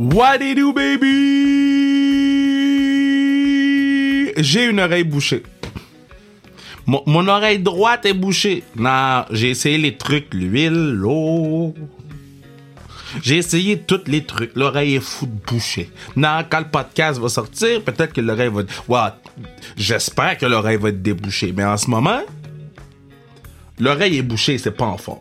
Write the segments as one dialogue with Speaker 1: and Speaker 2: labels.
Speaker 1: What do you do, baby? J'ai une oreille bouchée. Mon oreille droite est bouchée. Non, j'ai essayé les trucs, l'huile, l'eau. J'ai essayé tous les trucs. L'oreille est fou de boucher. Non, quand le podcast va sortir, peut-être que l'oreille va... Ouais, j'espère que l'oreille va être débouchée. Mais en ce moment, l'oreille est bouchée, c'est pas en forme.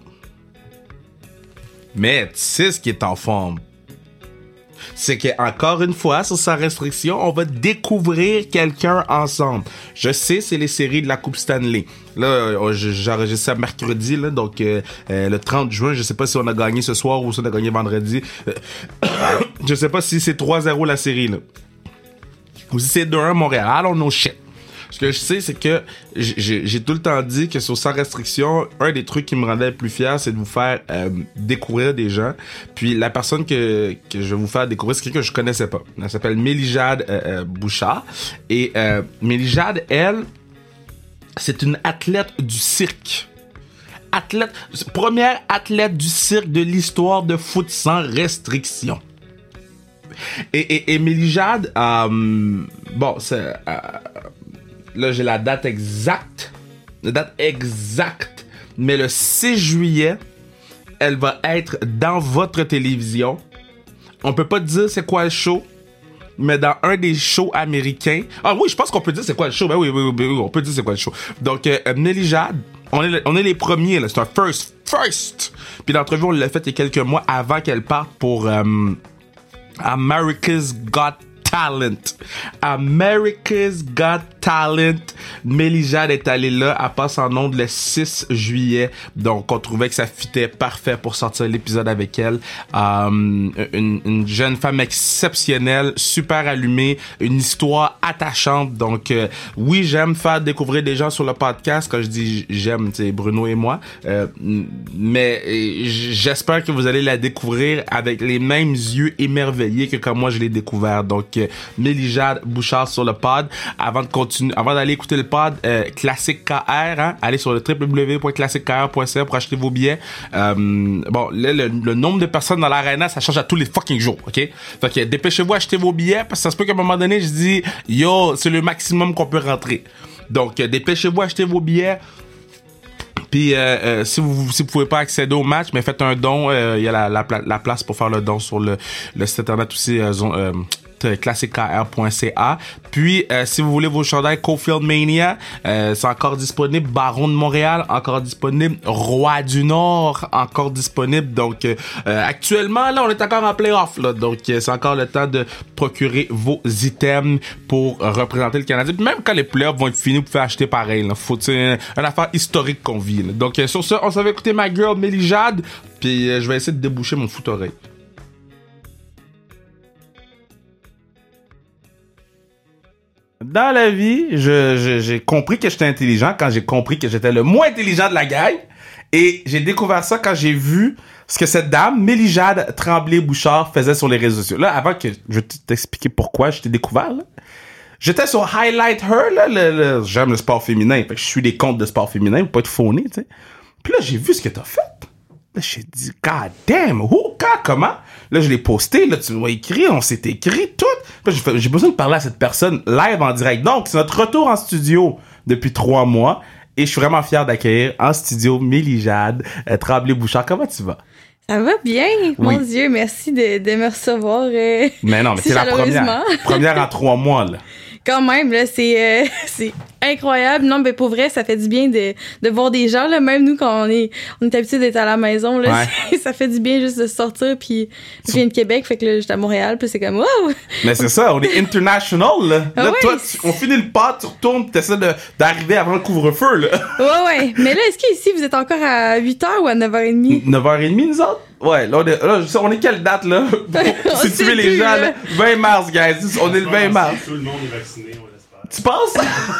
Speaker 1: Mais tu sais ce qui est en forme. C'est qu'encore une fois, sur sa restriction, on va découvrir quelqu'un ensemble. Je sais, c'est les séries de la Coupe Stanley. Là, j'enregistre ça mercredi, là, donc le 30 juin, je sais pas si on a gagné ce soir ou si on a gagné vendredi. Je sais pas si c'est 3-0 la série, là. Ou si c'est 2-1 Montréal. I don't know shit. Ce que je sais, c'est que j'ai tout le temps dit que sur Sans Restriction, un des trucs qui me rendait le plus fier, c'est de vous faire découvrir des gens. Puis la personne que je vais vous faire découvrir, c'est quelqu'un que je connaissais pas. Elle s'appelle Mélie-Jade Bouchard. Et Mélie-Jade, elle, c'est une athlète du cirque. Première athlète du cirque de l'histoire de foot sans restriction. Et Mélie-Jade, bon, c'est... là, j'ai la date exacte. Mais le 6 juillet, elle va être dans votre télévision. On peut pas dire c'est quoi le show, mais dans un des shows américains. Ah oui, je pense qu'on peut dire c'est quoi le show. Ben oui, on peut dire c'est quoi le show. Donc, Mélie-Jade, on est les premiers, là. C'est un first. Puis l'entrevue, on l'a fait il y a quelques mois avant qu'elle parte pour America's Got Talent. Mélie-Jade est allée là, elle passe en ondes le 6 juillet. Donc, on trouvait que ça fitait parfait pour sortir l'épisode avec elle. Une jeune femme exceptionnelle, super allumée, une histoire attachante. Donc, oui, j'aime faire découvrir des gens sur le podcast. Quand je dis j'aime, c'est Bruno et moi. Mais j'espère que vous allez la découvrir avec les mêmes yeux émerveillés que quand moi je l'ai découvert. Donc, Mélie-Jade Bouchard sur le pod. Avant d'aller écouter le pod, Classique KR, hein, allez sur le www.classiquekr.ca pour acheter vos billets. Bon, là, le nombre de personnes dans l'aréna, ça change à tous les fucking jours, ok? Fait que dépêchez-vous, achetez vos billets, parce que ça se peut qu'à un moment donné, je dis, yo, c'est le maximum qu'on peut rentrer. Donc, dépêchez-vous, achetez vos billets. Puis si vous pouvez pas accéder au match, mais faites un don. Il y a la place pour faire le don sur le site internet aussi. classiquekr.ca. Puis si vous voulez vos chandails Cofield Mania, c'est encore disponible. Baron de Montréal, encore disponible. Roi du Nord, encore disponible. Donc actuellement, là, on est encore en playoff, là. Donc c'est encore le temps de procurer vos items pour représenter le Canadien. Puis même quand les playoffs vont être finis, vous pouvez acheter pareil, là. Faut, une affaire historique qu'on vit, là. Donc sur ça, on s'en va écouter ma girl Mélie-Jade. Puis je vais essayer de déboucher mon foot-oreille. Dans la vie, j'ai compris que j'étais intelligent quand j'ai compris que j'étais le moins intelligent de la gang. Et j'ai découvert ça quand j'ai vu ce que cette dame, Mélie-Jade Tremblay-Bouchard, faisait sur les réseaux sociaux. Là, avant que je vais t'expliquer pourquoi je t'ai découvert, là, j'étais sur Highlight Her, là, j'aime le sport féminin, fait que je suis des comptes de sport féminin, pour pas être fauné, tu sais. Puis là, j'ai vu ce que t'as fait. Là, j'ai dit, God damn, who, quand, comment? Là, je l'ai posté, là, tu m'as écrit, on s'est écrit, tout. Là, j'ai besoin de parler à cette personne live en direct. Donc, c'est notre retour en studio depuis 3 mois. Et je suis vraiment fier d'accueillir en studio Mélie-Jade Tremblay-Bouchard. Comment tu vas?
Speaker 2: Ça va bien, mon Dieu, merci de me recevoir.
Speaker 1: Mais non, mais c'est la première en 3 mois, là.
Speaker 2: Quand même, là, c'est incroyable. Non, mais pour vrai, ça fait du bien de voir des gens, là. Même nous, quand on est habitué d'être à la maison, là, ouais. Ça fait du bien juste de sortir. Puis, je viens de Québec, fait que là, j'étais à Montréal, puis c'est comme, wow!
Speaker 1: Mais c'est ça, on est international, là. Là, toi, on finit le pas, tu retournes, t'essaies d'arriver avant le couvre-feu, là.
Speaker 2: Ouais. Mais là, est-ce qu'ici, vous êtes encore à 8h ou à 9h30?
Speaker 1: 9h30, nous autres? Ouais, là, on est quelle date, là? Pour situer les gens, là. 20 mars, guys. On est le 20 mars.
Speaker 3: Tout le monde est vacciné, on l'espère.
Speaker 1: Tu penses?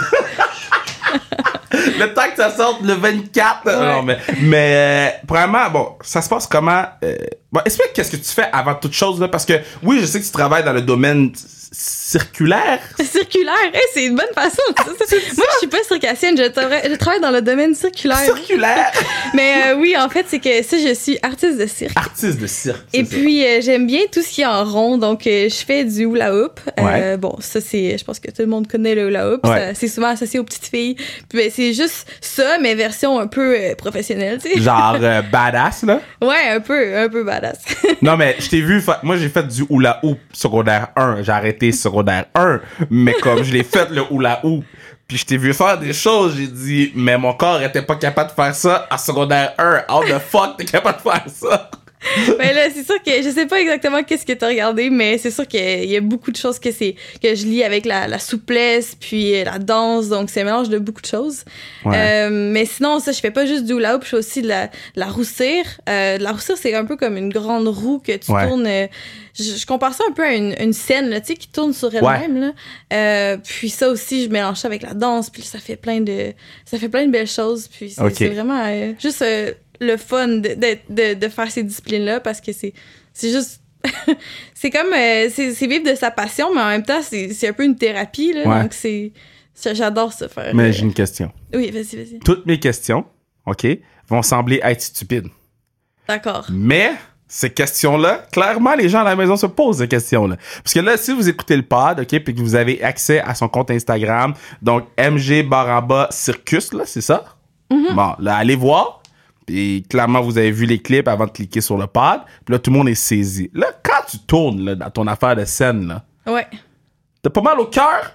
Speaker 1: Le temps que ça sorte le 24. Ouais. Non, mais vraiment, bon, ça se passe comment? Bon, explique qu'est-ce que tu fais avant toute chose, là, parce que, oui, je sais que tu travailles dans le domaine circulaire?
Speaker 2: Circulaire, hey, c'est une bonne façon. Moi, je suis pas circassienne, je travaille dans le domaine circulaire.
Speaker 1: Circulaire!
Speaker 2: Mais oui, en fait, c'est que ça, je suis artiste de cirque.
Speaker 1: Artiste de cirque.
Speaker 2: Et puis, j'aime bien tout ce qui est en rond, donc je fais du hula hoop.
Speaker 1: Ouais.
Speaker 2: Bon, ça, je pense que tout le monde connaît le hula hoop.
Speaker 1: Ouais.
Speaker 2: C'est souvent associé aux petites filles. Puis, ben, c'est juste ça, mais version un peu professionnelle, tu sais.
Speaker 1: Genre badass, là?
Speaker 2: Ouais, un peu badass.
Speaker 1: Non, mais je t'ai vu, moi j'ai fait du hula hoop secondaire 1. J'ai arrêté secondaire 1, mais comme je l'ai fait le hula hoop, puis je t'ai vu faire des choses, j'ai dit, mais mon corps était pas capable de faire ça à secondaire 1. How the fuck t'es capable de faire ça?
Speaker 2: Ben là, c'est sûr que je sais pas exactement qu'est-ce que t'as regardé, mais c'est sûr qu'il y a beaucoup de choses que je lis avec la souplesse, puis la danse, donc c'est un mélange de beaucoup de choses.
Speaker 1: Ouais.
Speaker 2: Mais sinon, ça, je fais pas juste du hula hoop, je fais aussi de la roussire. La roussire, c'est un peu comme une grande roue que tu tournes. Je compare ça un peu à une scène, là, tu sais, qui tourne sur elle-même, là. Puis ça aussi, je mélange ça avec la danse, puis ça fait plein de belles choses, puis c'est vraiment juste le fun de faire ces disciplines-là, parce que c'est juste c'est comme c'est vivre de sa passion, mais en même temps c'est un peu une thérapie, là. Donc j'adore ça faire.
Speaker 1: Mais j'ai une question.
Speaker 2: Oui, vas-y.
Speaker 1: Toutes mes questions, OK, vont sembler être stupides.
Speaker 2: D'accord.
Speaker 1: Mais ces questions-là, clairement, les gens à la maison se posent ces questions-là. Parce que là, si vous écoutez le pod, OK, puis que vous avez accès à son compte Instagram, donc MG_Circus, là, c'est ça? Mm-hmm. Bon, là, allez voir. Et clairement, vous avez vu les clips avant de cliquer sur le pod. Puis là, tout le monde est saisi. Là, quand tu tournes là, dans ton affaire de scène, là,
Speaker 2: ouais,
Speaker 1: t'as pas mal au cœur?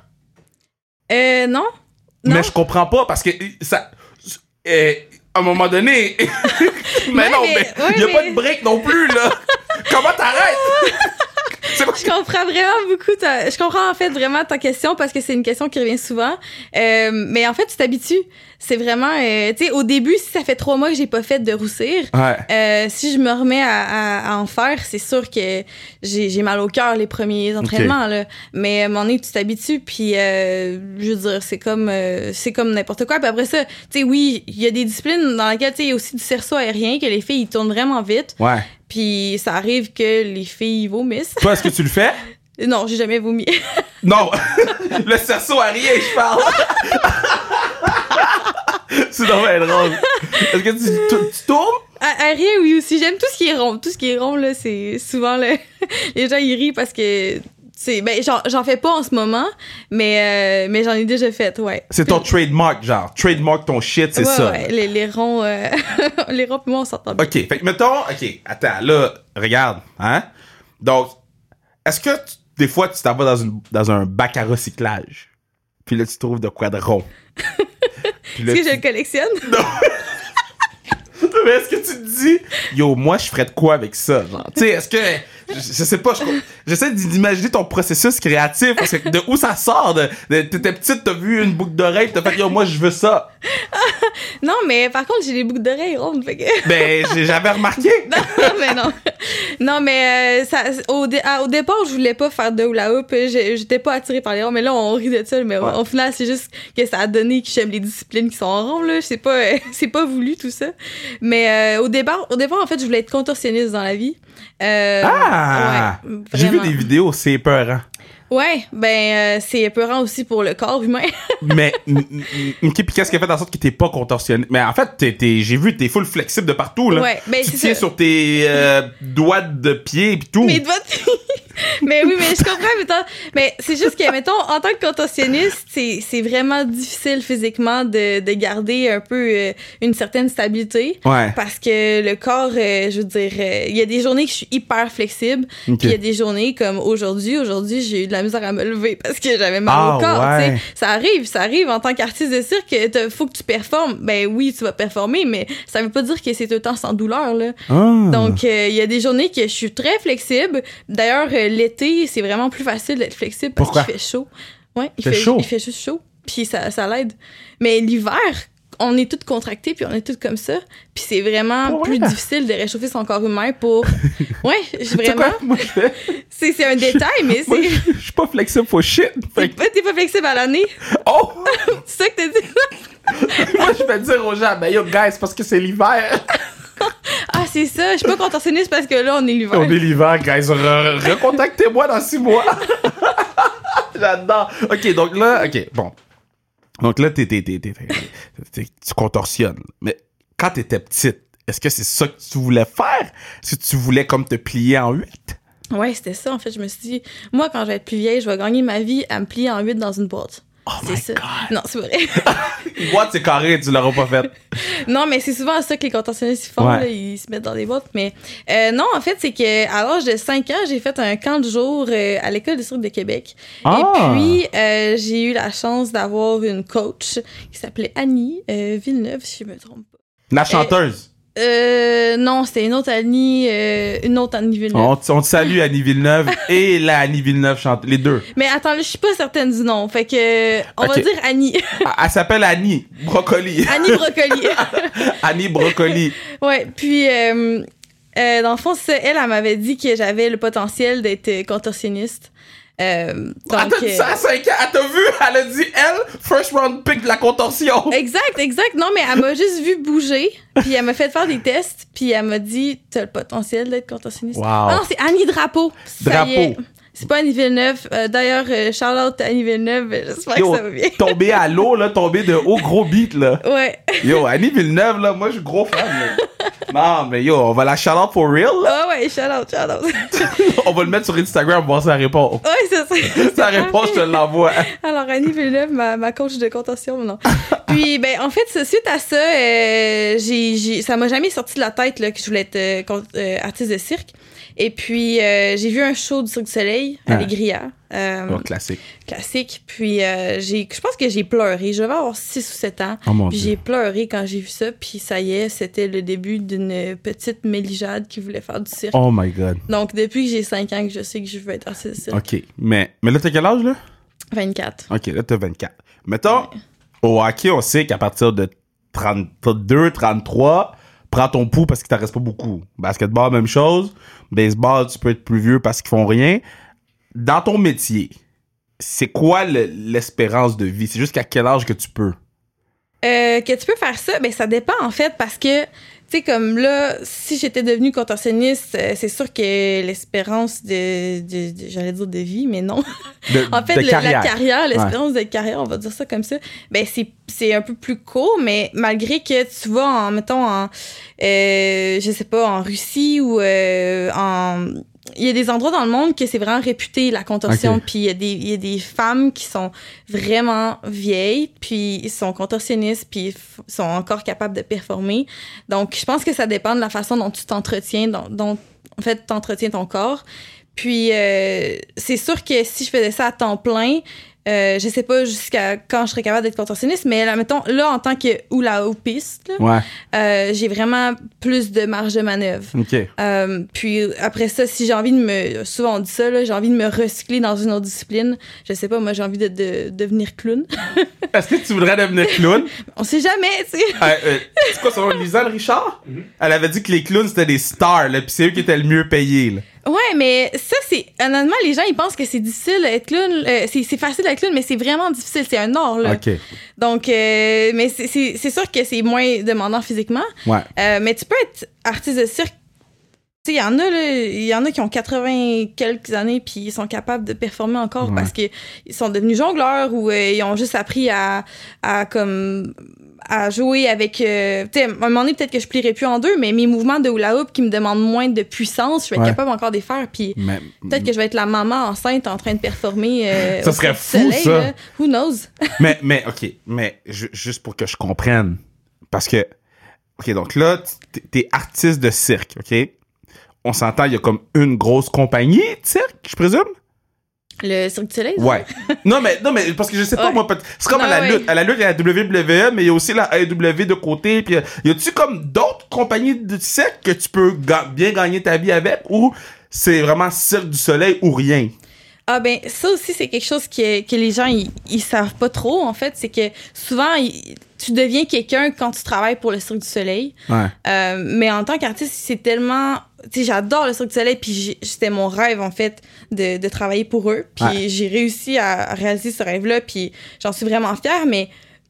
Speaker 2: Non.
Speaker 1: Mais je comprends pas parce que ça... à un moment donné... mais non, mais il y a pas de break non plus, là. Comment t'arrêtes?
Speaker 2: Je comprends vraiment beaucoup je comprends en fait vraiment ta question, parce que c'est une question qui revient souvent. Mais en fait, tu t'habitues. C'est vraiment... tu sais, au début, si ça fait 3 mois que j'ai pas fait de roussir, si je me remets à en faire, c'est sûr que j'ai mal au cœur les premiers entraînements, là. Mais à un moment donné, tu t'habitues, puis je veux dire, c'est comme n'importe quoi. Puis après ça, tu sais, oui, il y a des disciplines dans lesquelles, tu sais, il y a aussi du cerceau aérien, que les filles, ils tournent vraiment vite.
Speaker 1: Ouais.
Speaker 2: Puis ça arrive que les filles vomissent.
Speaker 1: Toi, est-ce que tu le fais?
Speaker 2: Non, j'ai jamais vomi.
Speaker 1: Non! Le cerceau aérien, je parle! C'est dommage drôle. Est-ce que tu tournes?
Speaker 2: Aérien, oui, aussi. J'aime tout ce qui est rond. Tout ce qui est rond, là, c'est souvent... les gens, ils rient parce que... Ben, j'en fais pas en ce moment, mais j'en ai déjà fait, ouais.
Speaker 1: C'est ton trademark, genre. Trademark ton shit, c'est ça.
Speaker 2: Ouais, les ronds... les ronds, puis moi, on s'entend bien.
Speaker 1: OK, fait que mettons... OK, attends, là, regarde, hein? Donc, est-ce que des fois, tu t'en vas dans un bac à recyclage, puis là, tu trouves de quoi de rond?
Speaker 2: Est-ce que je le collectionne?
Speaker 1: Non! Mais est-ce que tu te dis, yo, moi, je ferais de quoi avec ça? Genre, tu sais, est-ce que... Je sais pas, j'essaie d'imaginer ton processus créatif, parce que de où ça sort? T'étais petite, t'as vu une boucle d'oreille, t'as fait, yo, moi, je veux ça.
Speaker 2: Non, mais par contre, j'ai des boucles d'oreilles rondes, fait que...
Speaker 1: Ben, j'avais remarqué.
Speaker 2: Non, mais non. Non, mais au départ, je voulais pas faire de hula hoop. J'étais pas attirée par les ronds, mais là, on rit de ça. Mais au final, c'est juste que ça a donné que j'aime les disciplines qui sont en rond, là. C'est pas voulu, tout ça. Mais au départ, en fait, je voulais être contorsionniste dans la vie. Ouais,
Speaker 1: j'ai vu des vidéos, c'est épeurant.
Speaker 2: Ouais, ben c'est épeurant aussi pour le corps humain.
Speaker 1: Mais puis qu'est-ce qui a fait en sorte que t'es pas contorsionné? Mais en fait, j'ai vu, t'es full flexible de partout, là.
Speaker 2: Ouais, ben
Speaker 1: tu
Speaker 2: c'est
Speaker 1: tiens
Speaker 2: ça.
Speaker 1: sur tes doigts de pied et tout.
Speaker 2: Mes doigts de pied. Mais oui, mais je comprends, mais c'est juste que, mettons, en tant que contorsionniste, c'est vraiment difficile physiquement de garder un peu une certaine stabilité.
Speaker 1: Ouais.
Speaker 2: Parce que le corps, je veux dire, il y a des journées que je suis hyper flexible, puis il y a des journées comme aujourd'hui, j'ai eu de la misère à me lever parce que j'avais mal au corps,
Speaker 1: ouais.
Speaker 2: tu sais. Ça arrive en tant qu'artiste de cirque, faut que tu performes. Ben oui, tu vas performer, mais ça veut pas dire que c'est tout le temps sans douleur, là. Donc, il y a des journées que je suis très flexible. D'ailleurs, l'été, c'est vraiment plus facile d'être flexible parce qu'il fait chaud. Ouais, il fait juste chaud. Puis ça l'aide. Mais l'hiver, on est toutes contractées, puis on est toutes comme ça. Puis c'est vraiment plus difficile de réchauffer son corps humain pour... Ouais, vraiment...
Speaker 1: Moi,
Speaker 2: c'est un détail, mais c'est...
Speaker 1: Je suis pas flexible for shit.
Speaker 2: T'es pas flexible à l'année?
Speaker 1: Oh!
Speaker 2: C'est ça que t'as dit?
Speaker 1: Moi, je vais dire aux gens, ben yo, guys, c'est parce que c'est l'hiver.
Speaker 2: Ah, c'est ça. Je suis pas contorsionniste parce que là, on est l'hiver.
Speaker 1: On est l'hiver, guys. Recontactez-moi dans 6 mois. J'adore. OK, donc là, bon. Donc là, tu contorsionnes. Mais quand t'étais petite, est-ce que c'est ça que tu voulais faire? Est-ce que tu voulais comme te plier en 8?
Speaker 2: Ouais, c'était ça. En fait, je me suis dit, moi, quand je vais être plus vieille, je vais gagner ma vie à me plier en 8 dans une boîte.
Speaker 1: Oh
Speaker 2: c'est
Speaker 1: my
Speaker 2: ça.
Speaker 1: God.
Speaker 2: Non, c'est vrai.
Speaker 1: Une boîte, c'est carré, tu l'auras pas fait.
Speaker 2: Non, mais c'est souvent ça que les contorsionnistes font.
Speaker 1: Ouais.
Speaker 2: Là, ils se mettent dans des boîtes. Mais non, en fait, c'est qu'à l'âge de 5 ans, j'ai fait un camp de jour à l'École du cirque de Québec.
Speaker 1: Ah.
Speaker 2: Et puis, j'ai eu la chance d'avoir une coach qui s'appait Annie Villeneuve, si je me trompe pas.
Speaker 1: La chanteuse.
Speaker 2: Non, c'était une autre Annie Villeneuve.
Speaker 1: On te salue, Annie Villeneuve, et la Annie Villeneuve chante, les deux.
Speaker 2: Mais attends, là, je suis pas certaine du nom. Fait que, on va dire Annie.
Speaker 1: Elle s'appelle Annie Brocoli.
Speaker 2: Annie Brocoli.
Speaker 1: Annie Brocoli.
Speaker 2: Ouais, puis, dans le fond, elle m'avait dit que j'avais le potentiel d'être contorsionniste. Donc,
Speaker 1: elle t'a dit ça à 5 ans, elle t'a vu, elle a dit, first round pick de la contorsion.
Speaker 2: Exact. Non, mais elle m'a juste vu bouger, puis elle m'a fait faire des tests, puis elle m'a dit, t'as le potentiel d'être contorsionniste.
Speaker 1: Wow.
Speaker 2: Ah non, c'est Annie Drapeau. Ça y est.
Speaker 1: Drapeau.
Speaker 2: C'est pas Annie Villeneuve. D'ailleurs, shout-out à Annie Villeneuve. J'espère que ça va bien.
Speaker 1: Tomber à l'eau, là, tomber de haut gros beat, là.
Speaker 2: Ouais.
Speaker 1: Yo, Annie Villeneuve, là, moi, je suis gros fan, là. Non, mais yo, on va la shout-out for real, là.
Speaker 2: Ah ouais, shout-out.
Speaker 1: On va le mettre sur Instagram, voir si elle répond.
Speaker 2: Ouais, c'est ça.
Speaker 1: Si elle répond, je te l'envoie.
Speaker 2: Alors, Annie Villeneuve, ma coach de contorsion, non. Puis, ben, en fait, suite à ça, ça m'a jamais sorti de la tête là, que je voulais être artiste de cirque. Et puis, j'ai vu un show du Cirque du Soleil à Légria.
Speaker 1: Classique.
Speaker 2: Classique. Puis, je pense que j'ai pleuré. Je devais avoir 6 ou 7 ans.
Speaker 1: Oh mon
Speaker 2: puis,
Speaker 1: Dieu.
Speaker 2: j'ai pleuré quand j'ai vu ça. Puis, ça y est, c'était le début d'une petite mélijade qui voulait faire du cirque.
Speaker 1: Oh my God.
Speaker 2: Donc, depuis que j'ai 5 ans, que je sais que je veux être artiste de cirque.
Speaker 1: OK. Mais là, t'as quel âge, là?
Speaker 2: 24.
Speaker 1: OK, là, t'as 24. Mettons, au hockey, on sait qu'à partir de 32, 33, prends ton pouls parce qu'il t'en reste pas beaucoup. Basketball, même chose. Baseball, tu peux être plus vieux parce qu'ils font rien. Dans ton métier, c'est quoi l'espérance de vie? C'est jusqu'à quel âge que tu peux?
Speaker 2: Que tu peux faire ça, ben ça dépend en fait parce que, tu sais, comme là, si j'étais devenue contorsionniste, c'est sûr que l'espérance j'allais dire de vie, mais non. En fait, la carrière, l'espérance de carrière, on va dire ça comme ça, ben c'est un peu plus court, mais malgré que tu vas je sais pas, en Russie ou il y a des endroits dans le monde que c'est vraiment réputé, la contorsion. Puis il y a des femmes qui sont vraiment vieilles, puis ils sont contorsionnistes, puis ils sont encore capables de performer. Donc, je pense que ça dépend de la façon dont tu t'entretiens, dont en fait, t'entretiens ton corps. Puis, c'est sûr que si je faisais ça à temps plein, je sais pas jusqu'à quand je serais capable d'être contorsionniste, mais là, mettons, là, en tant que hula-hoopiste, j'ai vraiment plus de marge de manœuvre.
Speaker 1: OK.
Speaker 2: Puis après ça, si j'ai envie souvent on dit ça, là, j'ai envie de me recycler dans une autre discipline, je sais pas, moi, j'ai envie de devenir clown.
Speaker 1: Est-ce que tu voudrais devenir clown?
Speaker 2: On sait jamais, tu sais.
Speaker 1: C'est quoi son nom? Lisanne Richard? Elle avait dit que les clowns, c'était des stars, là, pis c'est eux qui étaient le mieux payés, là.
Speaker 2: Ouais, mais ça, honnêtement, les gens, ils pensent que c'est difficile d'être clown. C'est facile d'être clown, mais c'est vraiment difficile. C'est un art, là.
Speaker 1: OK.
Speaker 2: Donc, mais c'est sûr que c'est moins demandant physiquement.
Speaker 1: Ouais.
Speaker 2: Mais tu peux être artiste de cirque. Tu sais, il y en a qui ont 80 quelques années puis ils sont capables de performer encore parce qu'ils sont devenus jongleurs ou ils ont juste appris à jouer avec... tu sais, à un moment donné, peut-être que je plierais plus en deux, mais mes mouvements de hula hoop qui me demandent moins de puissance, je vais être capable encore de les faire. Puis peut-être que je vais être la maman enceinte en train de performer
Speaker 1: ça serait fou,
Speaker 2: soleil,
Speaker 1: ça.
Speaker 2: Là. Who knows?
Speaker 1: mais OK. Mais juste pour que je comprenne. Parce que... OK, donc là, t'es artiste de cirque, OK? On s'entend, il y a comme une grosse compagnie de cirque, je présume?
Speaker 2: Le Cirque du Soleil?
Speaker 1: Ouais. non, mais parce que je sais pas, moi, c'est comme à la lutte. À la lutte, il y a la WWE, mais il y a aussi la AEW de côté. Puis y a-tu comme d'autres compagnies de cirque que tu peux bien gagner ta vie avec ou c'est vraiment Cirque du Soleil ou rien?
Speaker 2: Ah ben ça aussi c'est quelque chose que les gens ils savent pas trop en fait, c'est que souvent tu deviens quelqu'un quand tu travailles pour le Cirque du Soleil.
Speaker 1: Ouais.
Speaker 2: Mais en tant qu'artiste, c'est tellement, tu sais, j'adore le Cirque du Soleil puis c'était mon rêve en fait de travailler pour eux, puis j'ai réussi à réaliser ce rêve-là puis j'en suis vraiment fière, mais tu sais,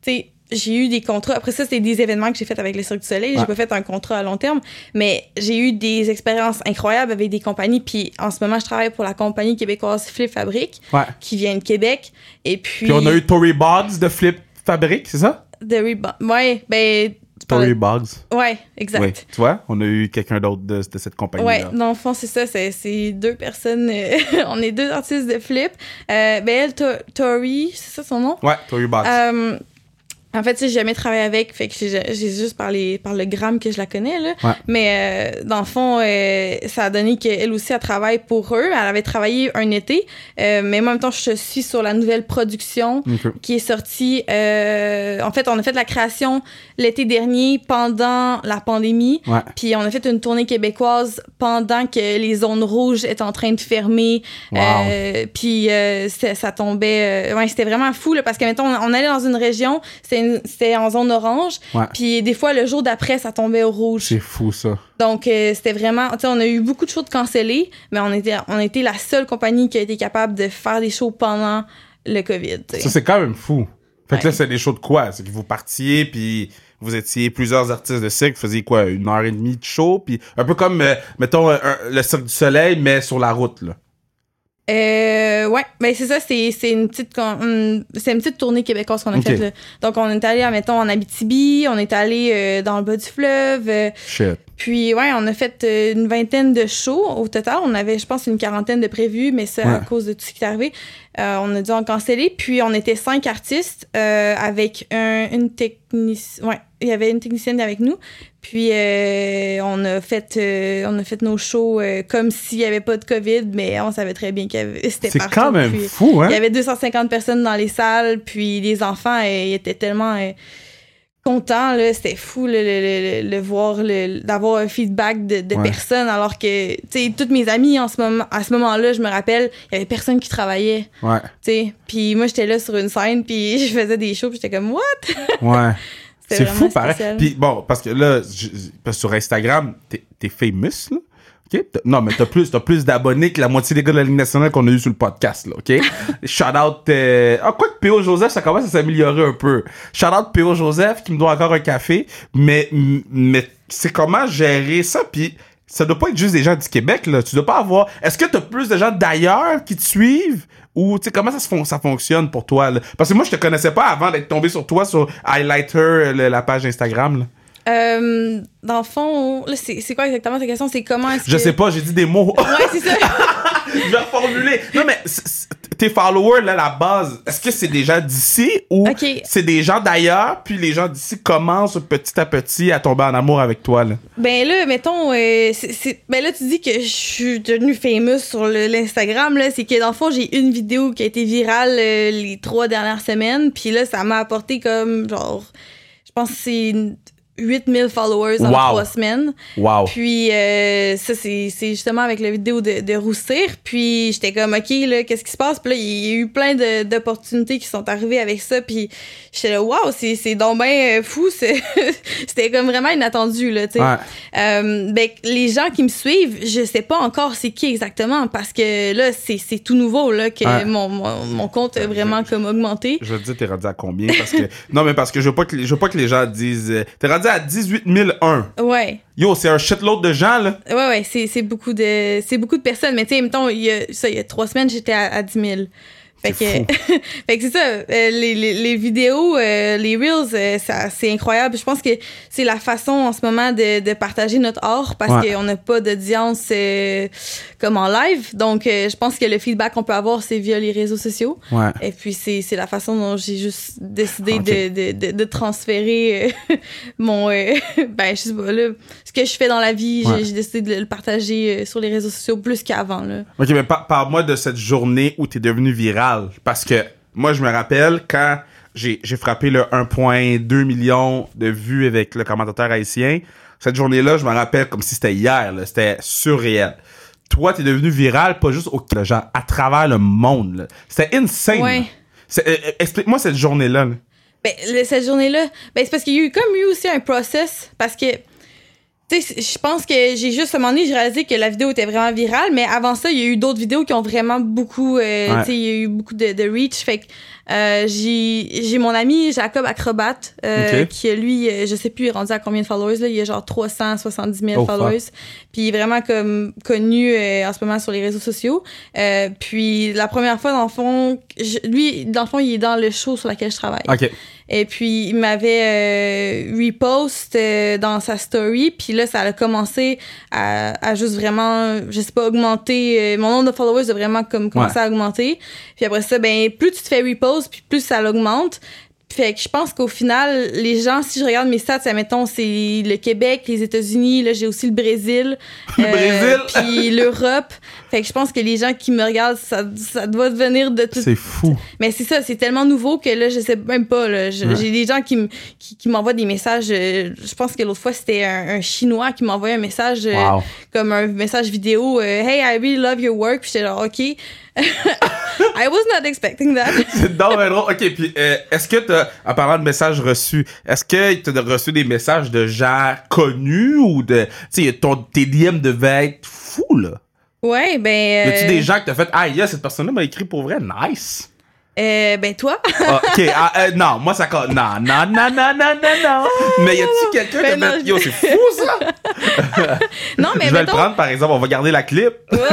Speaker 2: j'ai eu des contrats. Après ça, c'est des événements que j'ai fait avec le Cirque du Soleil. J'ai pas fait un contrat à long terme, mais j'ai eu des expériences incroyables avec des compagnies. Puis en ce moment, je travaille pour la compagnie québécoise Flip Fabric, qui vient de Québec. Et puis
Speaker 1: on a eu Tory Boggs de Flip Fabric, c'est ça?
Speaker 2: Ouais, ben...
Speaker 1: Tory Boggs.
Speaker 2: Ouais, exact.
Speaker 1: Oui, tu vois, on a eu quelqu'un d'autre de cette compagnie-là.
Speaker 2: Ouais, dans le fond, c'est ça. C'est deux personnes. On est deux artistes de Flip. Ben elle, Tori, c'est ça son nom?
Speaker 1: Ouais, Tory Boggs.
Speaker 2: En fait, j'ai jamais travaillé avec, fait que j'ai juste par le gramme que je la connais, là.
Speaker 1: Ouais.
Speaker 2: Mais dans le fond, ça a donné qu'elle aussi, elle travaille pour eux. Elle avait travaillé un été, mais en même temps, je suis sur la nouvelle production qui est sortie. En fait, on a fait la création l'été dernier pendant la pandémie.
Speaker 1: Ouais.
Speaker 2: Puis on a fait une tournée québécoise pendant que les zones rouges étaient en train de fermer.
Speaker 1: Wow.
Speaker 2: Puis ça tombait... ouais, c'était vraiment fou, là, parce que, mettons, on allait dans une région, c'était en zone orange.
Speaker 1: Ouais.
Speaker 2: Puis des fois, le jour d'après, ça tombait au rouge.
Speaker 1: C'est fou, ça.
Speaker 2: Donc, c'était vraiment... Tu sais, on a eu beaucoup de shows de cancellés, mais on était la seule compagnie qui a été capable de faire des shows pendant le COVID. T'sais.
Speaker 1: Ça, c'est quand même fou. Fait que là, c'est des shows de quoi? C'est que vous partiez, puis vous étiez plusieurs artistes de cirque, vous faisiez quoi? 1h30 de show, puis un peu comme, mettons, le Cirque du Soleil, mais sur la route, là.
Speaker 2: Ouais, ben c'est ça, c'est une petite tournée québécoise qu'on a faite, là. Donc on est allé, mettons, en Abitibi, on est allé dans le bas du fleuve.
Speaker 1: Shit.
Speaker 2: Puis ouais, on a fait une vingtaine de shows au total. On avait, je pense, une quarantaine de prévus, mais ça, à cause de tout ce qui est arrivé, on a dû en canceller. Puis on était 5 artistes avec une technicienne. Ouais, il y avait une technicienne avec nous. Puis on a fait nos shows comme s'il n'y avait pas de COVID, mais on savait très bien que c'était partout.
Speaker 1: C'est quand même fou, hein?
Speaker 2: Il y avait 250 personnes dans les salles, puis les enfants ils étaient tellement contents, là, c'était fou le voir, d'avoir un feedback de personnes, alors que, tu sais, toutes mes amies à ce moment-là, je me rappelle, il y avait personne qui travaillait.
Speaker 1: Ouais.
Speaker 2: Tu sais, puis moi, j'étais là sur une scène, puis je faisais des shows, puis j'étais comme, what?
Speaker 1: Ouais. C'est fou,
Speaker 2: spécial.
Speaker 1: pareil. Puis bon, parce que là, parce que sur Instagram, t'es famous, là. OK? Non, mais t'as plus d'abonnés que la moitié des gars de la Ligue nationale qu'on a eu sur le podcast, là, OK? Shout-out... quoi que P.O. Joseph, ça commence à s'améliorer un peu. Shout-out P.O. Joseph, qui me doit encore un café. Mais c'est comment gérer ça? Puis ça doit pas être juste des gens du Québec, là. Tu dois pas avoir... Est-ce que t'as plus de gens d'ailleurs qui te suivent? Ou, tu sais, comment ça fonctionne pour toi, là? Parce que moi, je te connaissais pas avant d'être tombé sur toi, sur Highlighter, la page Instagram, là.
Speaker 2: Dans le fond, là, c'est quoi exactement ta question? C'est comment est-ce que...
Speaker 1: Je sais pas, j'ai dit des mots.
Speaker 2: Ouais, c'est ça.
Speaker 1: Je vais reformuler. Non, mais tes followers, là, la base, est-ce que c'est des gens d'ici ou c'est des gens d'ailleurs, puis les gens d'ici commencent petit à petit à tomber en amour avec toi, là?
Speaker 2: Ben là, mettons, ben là, tu dis que je suis devenue famous sur l'Instagram, là. C'est que dans le fond, j'ai une vidéo qui a été virale les 3 dernières semaines, puis là, ça m'a apporté comme, genre, je pense que c'est 8000 followers en 3 semaines.
Speaker 1: Wow.
Speaker 2: Puis ça, c'est justement avec la vidéo de Roussir. Puis j'étais comme, OK, là, qu'est-ce qui se passe? Puis là, il y a eu plein d'opportunités qui sont arrivées avec ça. Puis j'étais là, wow, c'est donc ben fou. C'était comme vraiment inattendu, là, tu sais.
Speaker 1: Ouais.
Speaker 2: Ben, les gens qui me suivent, je sais pas encore c'est qui exactement, parce que là, c'est tout nouveau, là, que mon compte a vraiment comme augmenté.
Speaker 1: Je veux te dire, t'es rendu à combien? Parce que, non, mais parce que je veux pas que les gens disent, t'es rendu à 18 001.
Speaker 2: Ouais.
Speaker 1: Yo, c'est un shitload de gens, là.
Speaker 2: Ouais, c'est beaucoup de personnes. Mais tu sais, mettons, il y a 3 semaines, j'étais à 10 000. Fait que c'est ça, les vidéos, les Reels, c'est incroyable. Je pense que c'est la façon en ce moment de partager notre art, parce qu'on n'a pas d'audience comme en live. Donc, je pense que le feedback qu'on peut avoir, c'est via les réseaux sociaux.
Speaker 1: Ouais.
Speaker 2: Et puis, c'est la façon dont j'ai juste décidé de transférer mon... ben, je sais pas, là, ce que je fais dans la vie, j'ai décidé de le partager sur les réseaux sociaux plus qu'avant, là.
Speaker 1: OK, mais parle-moi de cette journée où t'es devenu viral. Parce que moi, je me rappelle quand j'ai frappé le 1,2 million de vues avec le commentateur haïtien. Cette journée-là, je me rappelle comme si c'était hier. Là. C'était surréel. Toi, t'es devenu viral, pas juste au Québec, genre à travers le monde. Là. C'était insane.
Speaker 2: Ouais.
Speaker 1: Explique-moi cette journée-là. Là.
Speaker 2: Ben, cette journée-là, ben, c'est parce qu'il y a eu aussi un process, parce que Tu sais, je pense que j'ai juste à un moment donné, j'ai réalisé que la vidéo était vraiment virale, mais avant ça, il y a eu d'autres vidéos qui ont vraiment beaucoup, tu sais, il y a eu beaucoup de reach. Fait que j'ai mon ami Jacob Acrobat, qui lui, je sais plus, il est rendu à combien de followers, là, il a genre 370 000 followers. Puis il est vraiment comme connu en ce moment sur les réseaux sociaux. Puis la première fois, dans le fond, lui, dans le fond, il est dans le show sur lequel je travaille.
Speaker 1: OK.
Speaker 2: Et puis, il m'avait repost dans sa story. Puis là, ça a commencé à juste vraiment, je sais pas, augmenter. Mon nombre de followers a vraiment comme commencé à augmenter. Puis après ça, ben plus tu te fais repost, puis plus ça l'augmente. Fait que je pense qu'au final, les gens, si je regarde mes stats, admettons, c'est le Québec, les États-Unis, là, j'ai aussi le Brésil.
Speaker 1: Le Brésil?
Speaker 2: Puis l'Europe. Fait que je pense que les gens qui me regardent, ça doit venir de tout.
Speaker 1: C'est fou.
Speaker 2: Mais c'est ça, c'est tellement nouveau que là, je sais même pas, là. J'ai des gens qui m'envoient des messages. Je pense que l'autre fois, c'était un Chinois qui m'envoyait un message, comme un message vidéo, Hey, I really love your work. Puis j'étais genre, OK. I was not expecting that.
Speaker 1: C'est drôle. OK, puis est-ce que en parlant de messages reçus, est-ce que t'as reçu des messages de gens connus ou de... Tu sais, tes DM devaient être fous, là?
Speaker 2: Ouais, ben...
Speaker 1: Y a-tu des gens qui t'ont fait « Ah, cette personne-là m'a écrit pour vrai, nice! »
Speaker 2: Ben toi?
Speaker 1: OK, non, moi ça... Non. Mais y a-tu quelqu'un qui a fait « Yo, c'est fou, ça! »
Speaker 2: Non, mais
Speaker 1: je vais le prendre, par exemple, on va garder la clip.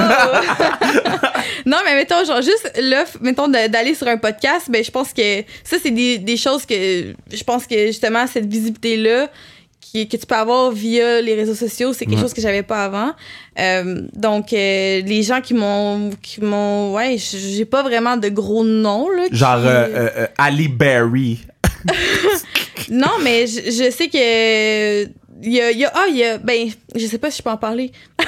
Speaker 2: Non, mais mettons, genre, juste là, mettons, d'aller sur un podcast, ben, je pense que ça, c'est des choses que je pense que justement, cette visibilité-là, que tu peux avoir via les réseaux sociaux, c'est quelque chose que j'avais pas avant. Donc, les gens qui m'ont, ouais, j'ai pas vraiment de gros noms, là.
Speaker 1: Genre, Ali Berry.
Speaker 2: Non, mais je sais que. Il y a, ben, je sais pas si je peux en parler.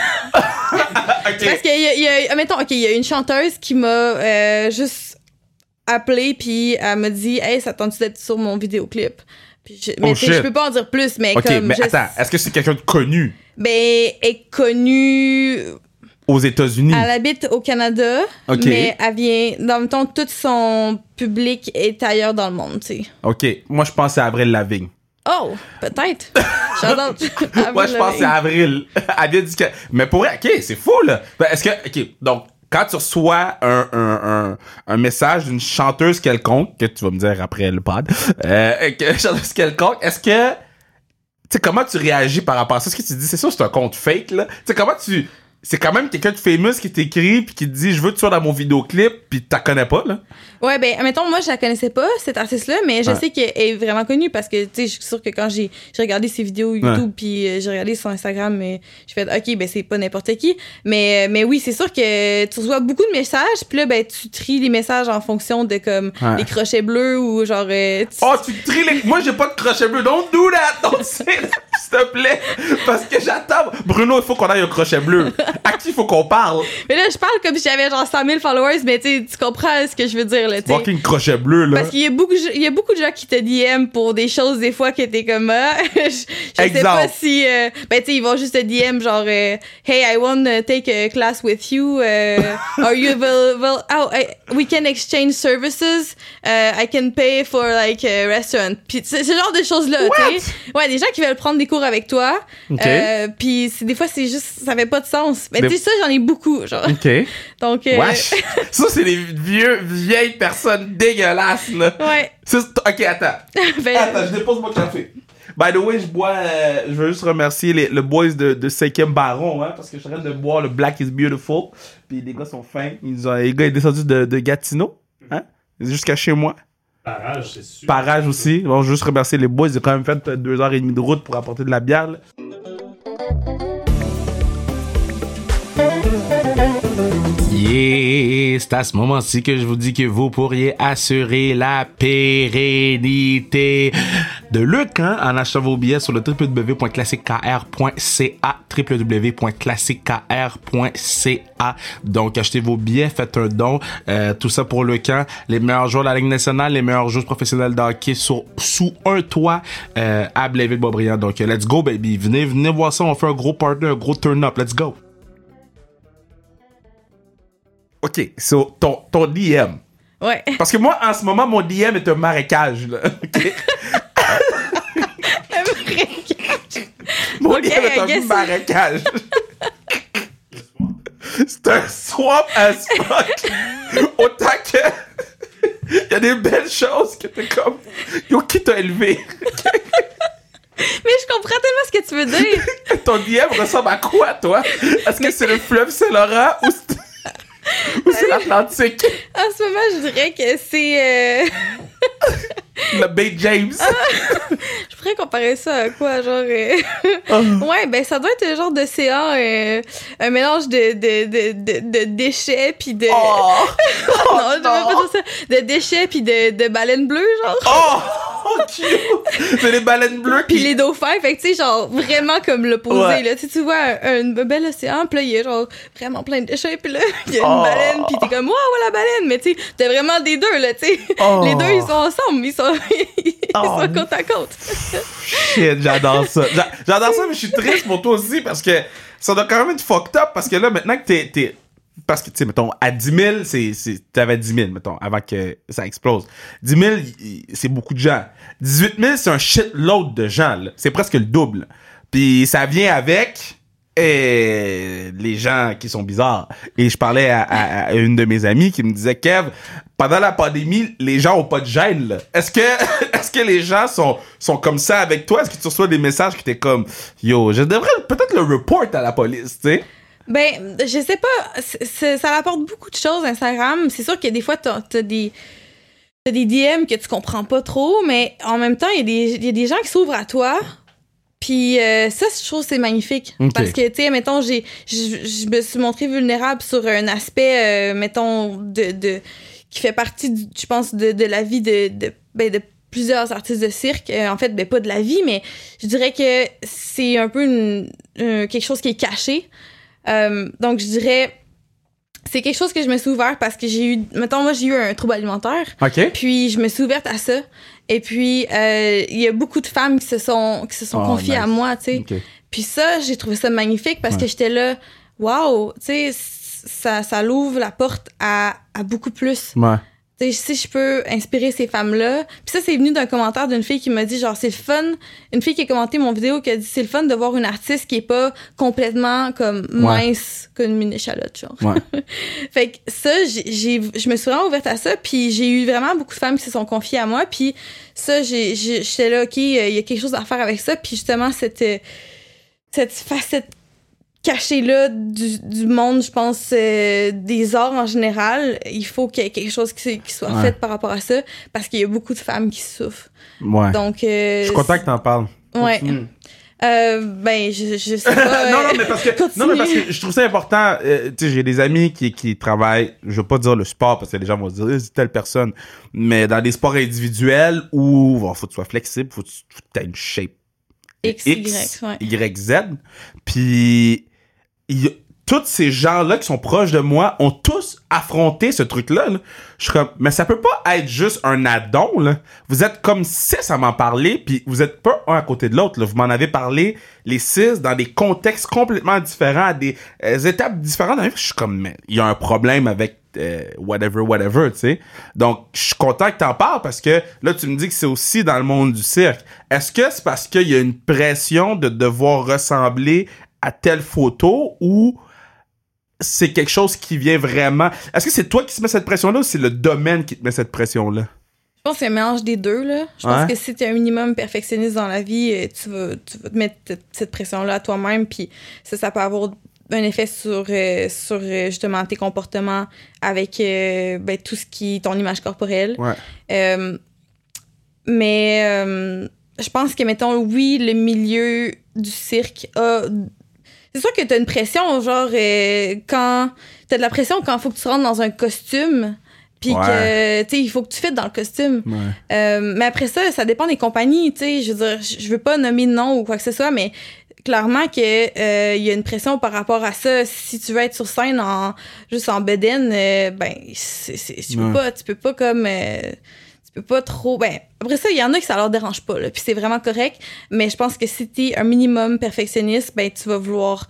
Speaker 1: Okay.
Speaker 2: Parce mettons, OK, il y a une chanteuse qui m'a juste appelé, puis elle m'a dit, hey, ça tente d'être sur mon vidéoclip. Puis je peux pas en dire plus, mais
Speaker 1: OK,
Speaker 2: comme.
Speaker 1: Mais attends, est-ce que c'est quelqu'un de connu?
Speaker 2: Ben, elle est connue.
Speaker 1: Aux États-Unis.
Speaker 2: Elle habite au Canada, mais elle vient. Dans le temps, tout son public est ailleurs dans le monde, tu sais.
Speaker 1: OK, moi, je pense à Avril Lavigne.
Speaker 2: Oh, peut-être.
Speaker 1: Moi, je pense à Avril. Elle vient du... Mais pour vrai, OK, c'est fou, là. Est-ce que... OK, donc, quand tu reçois un message d'une chanteuse quelconque, que tu vas me dire après le pod, une chanteuse quelconque, est-ce que... Tu sais, comment tu réagis par rapport à ça? Est-ce que tu te dis, c'est sûr, c'est un compte fake, là? Tu sais, comment tu... C'est quand même quelqu'un de famous qui t'écrit puis qui te dit, je veux que tu sois dans mon vidéoclip, puis tu la connais pas, là? Ouais,
Speaker 2: ben, mettons, moi, je la connaissais pas, cette artiste-là, mais je sais qu'elle est vraiment connue parce que, tu sais, je suis sûre que quand j'ai regardé ses vidéos YouTube puis j'ai regardé son Instagram, j'ai fait, OK, ben, c'est pas n'importe qui. Mais oui, c'est sûr que tu reçois beaucoup de messages, puis là, ben, tu tries les messages en fonction de, comme, les crochets bleus ou genre...
Speaker 1: tu tries les... Moi, j'ai pas de crochet bleu. Don't do that! Don't say that, s'il te plaît! Parce que j'attends... Bruno, il faut qu'on aille un crochet bleu. À qui il faut qu'on parle?
Speaker 2: Mais là, je parle comme si j'avais genre 100 000 followers, mais tu comprends ce que je veux dire, là, tu sais.
Speaker 1: Fucking crochet bleu, là.
Speaker 2: Parce qu'il y a beaucoup de gens qui te DM pour des choses, des fois, que t'es comme, je sais pas si, ben, tu sais, ils vont juste te DM, genre, hey, I want to take a class with you, are you available? Oh, we can exchange services, I can pay for, like, a restaurant. Pis ce genre de choses-là, tu sais. Ouais, des gens qui veulent prendre des cours avec toi. Pis des fois, c'est juste, ça fait pas de sens. Mais tu sais, ça, j'en ai beaucoup, genre.
Speaker 1: OK.
Speaker 2: Donc,
Speaker 1: ça, c'est des vieilles personnes dégueulasses, là.
Speaker 2: Ouais.
Speaker 1: OK, attends. Attends, je dépose mon café. By the way, je veux juste remercier le boys de 5e Baron, hein, parce que je suis en train de boire le Black is Beautiful. Puis les gars sont fins. Les gars sont descendus de Gatineau, hein, jusqu'à chez moi.
Speaker 3: Parage, c'est sûr.
Speaker 1: Parage aussi. Bon, je veux juste remercier les boys. Ils ont quand même fait 2h30 de route pour apporter de la bière, là. Yeah, c'est à ce moment-ci que je vous dis que vous pourriez assurer la pérennité de Luc, hein, en achetant vos billets sur le www.classickr.ca, www.classickr.ca. Donc, achetez vos billets, faites un don, tout ça pour le camp. Les meilleurs joueurs de la Ligue nationale, les meilleurs joueurs professionnels de hockey sous un toit à Blainville-Boisbriand. Donc, let's go, baby. Venez voir ça, on fait un gros party, un gros turn-up. Let's go. OK, so, ton DM.
Speaker 2: Ouais.
Speaker 1: Parce que moi, en ce moment, mon DM est un marécage, là. OK?
Speaker 2: Un marécage.
Speaker 1: Montmorillon est un marécage. C'est un swamp as fuck. Autant que... Il y a des belles choses que t'es comme... Yo, qui t'a élevé?
Speaker 2: Mais je comprends tellement ce que tu veux dire.
Speaker 1: Ton DM ressemble à quoi, toi? Est-ce que c'est le fleuve Saint-Laurent ou c'est l'Atlantique?
Speaker 2: En ce moment, je dirais que c'est...
Speaker 1: Le Bay James.
Speaker 2: Je pourrais comparer ça à quoi, genre... Ouais, ben ça doit être un genre d'océan, un mélange de déchets, puis de...
Speaker 1: Oh!
Speaker 2: non, je vais pas dire ça. De déchets, puis de baleines bleues, genre.
Speaker 1: Oh! Cute! C'est les baleines bleues
Speaker 2: Puis les dauphins, fait que tu sais, genre, vraiment comme l'opposé,
Speaker 1: Ouais.
Speaker 2: là. Tu vois un bel océan, puis là, il y a genre vraiment plein de déchets, puis là, il y a une baleine, puis t'es comme, wow, la baleine! Mais tu sais, t'as vraiment des deux, là, tu sais. Les deux, ils sont ensemble, ils sont côte à côte.
Speaker 1: Shit, j'adore ça. J'adore ça, mais je suis triste pour toi aussi parce que ça doit quand même être fucked up parce que là, maintenant que t'es parce que, tu sais, mettons, à 10 000, t'avais 10 000, mettons, avant que ça explose. 10 000, c'est beaucoup de gens. 18 000, c'est un shitload de gens, là. C'est presque le double. Puis ça vient avec les gens qui sont bizarres. Et je parlais à une de mes amies qui me disait, Kev, pendant la pandémie, les gens ont pas de gêne, là. Est-ce que les gens sont comme ça avec toi? Est-ce que tu reçois des messages qui t'es comme, yo, je devrais peut-être le report à la police, tu sais?
Speaker 2: Ben, je sais pas, ça apporte beaucoup de choses, Instagram. C'est sûr que des fois, t'as des DM que tu comprends pas trop, mais en même temps, il y a des gens qui s'ouvrent à toi. Puis ça, je trouve que c'est magnifique.
Speaker 1: Okay.
Speaker 2: Parce que, tu sais, mettons, je me suis montrée vulnérable sur un aspect, mettons, qui fait partie, je pense, de la vie de plusieurs artistes de cirque. En fait, ben pas de la vie, mais je dirais que c'est un peu quelque chose qui est caché. Donc, je dirais, c'est quelque chose que je me suis ouverte parce que j'ai eu un trouble alimentaire.
Speaker 1: OK.
Speaker 2: Puis, je me suis ouverte à ça. Et puis, il y a beaucoup de femmes qui se sont confiées à moi, tu sais.
Speaker 1: Okay.
Speaker 2: Puis ça, j'ai trouvé ça magnifique parce que j'étais là, wow, tu sais, ça l'ouvre la porte à beaucoup plus.
Speaker 1: Ouais.
Speaker 2: Tu sais, si je peux inspirer ces femmes-là. Puis ça, c'est venu d'un commentaire d'une fille qui m'a dit, genre, c'est le fun. Une fille qui a commenté mon vidéo qui a dit, c'est le fun de voir une artiste qui est pas complètement comme mince comme une échalote, genre. Ouais. Fait que ça, je me suis vraiment ouverte à ça. Puis j'ai eu vraiment beaucoup de femmes qui se sont confiées à moi. Puis ça, j'étais là, OK, il y a quelque chose à faire avec ça. Puis justement, cette facette caché-là du monde, je pense, des arts en général, il faut qu'il y ait quelque chose qui soit fait par rapport à ça, parce qu'il y a beaucoup de femmes qui souffrent.
Speaker 1: Ouais.
Speaker 2: Donc,
Speaker 1: je suis content que t'en parles.
Speaker 2: Ouais. Ben, je sais pas.
Speaker 1: non, mais parce que je trouve ça important. Tu sais, j'ai des amis qui travaillent, je veux pas dire le sport, parce que les gens vont se dire, c'est telle personne, mais dans des sports individuels où faut que tu sois flexible, faut que tu aies une shape
Speaker 2: X,
Speaker 1: Y, Z. Puis, tous ces gens-là qui sont proches de moi ont tous affronté ce truc-là. Là. Je suis comme, mais ça peut pas être juste un addon, là. Vous êtes comme 6 à m'en parler, puis vous êtes pas un à côté de l'autre, là. Vous m'en avez parlé, les 6, dans des contextes complètement différents, à des étapes différentes. Je suis comme, mais il y a un problème avec whatever, tu sais. Donc, je suis content que t'en parles parce que là, tu me dis que c'est aussi dans le monde du cirque. Est-ce que c'est parce qu'il y a une pression de devoir ressembler à telle photo ou c'est quelque chose qui vient vraiment... Est-ce que c'est toi qui te mets cette pression-là ou c'est le domaine qui te met cette pression-là?
Speaker 2: Je pense que c'est un mélange des deux, là. Je pense que si t'es un minimum perfectionniste dans la vie, tu vas te mettre cette pression-là à toi-même, puis ça peut avoir un effet sur justement tes comportements avec tout ce qui est ton image corporelle.
Speaker 1: Ouais.
Speaker 2: Mais je pense que, mettons, oui, le milieu du cirque a... C'est sûr que t'as une pression, genre, quand... T'as de la pression quand il faut que tu rentres dans un costume, puis que, tu sais, il faut que tu fites dans le costume.
Speaker 1: Ouais.
Speaker 2: Mais après ça, ça dépend des compagnies, tu sais. Je veux dire, je veux pas nommer de nom ou quoi que ce soit, mais clairement que y a une pression par rapport à ça. Si tu veux être sur scène juste en bedaine, ben, tu peux pas comme... tu peux pas trop... Ben, après ça, il y en a qui ça leur dérange pas, là, puis c'est vraiment correct, mais je pense que si t'es un minimum perfectionniste, ben, tu vas vouloir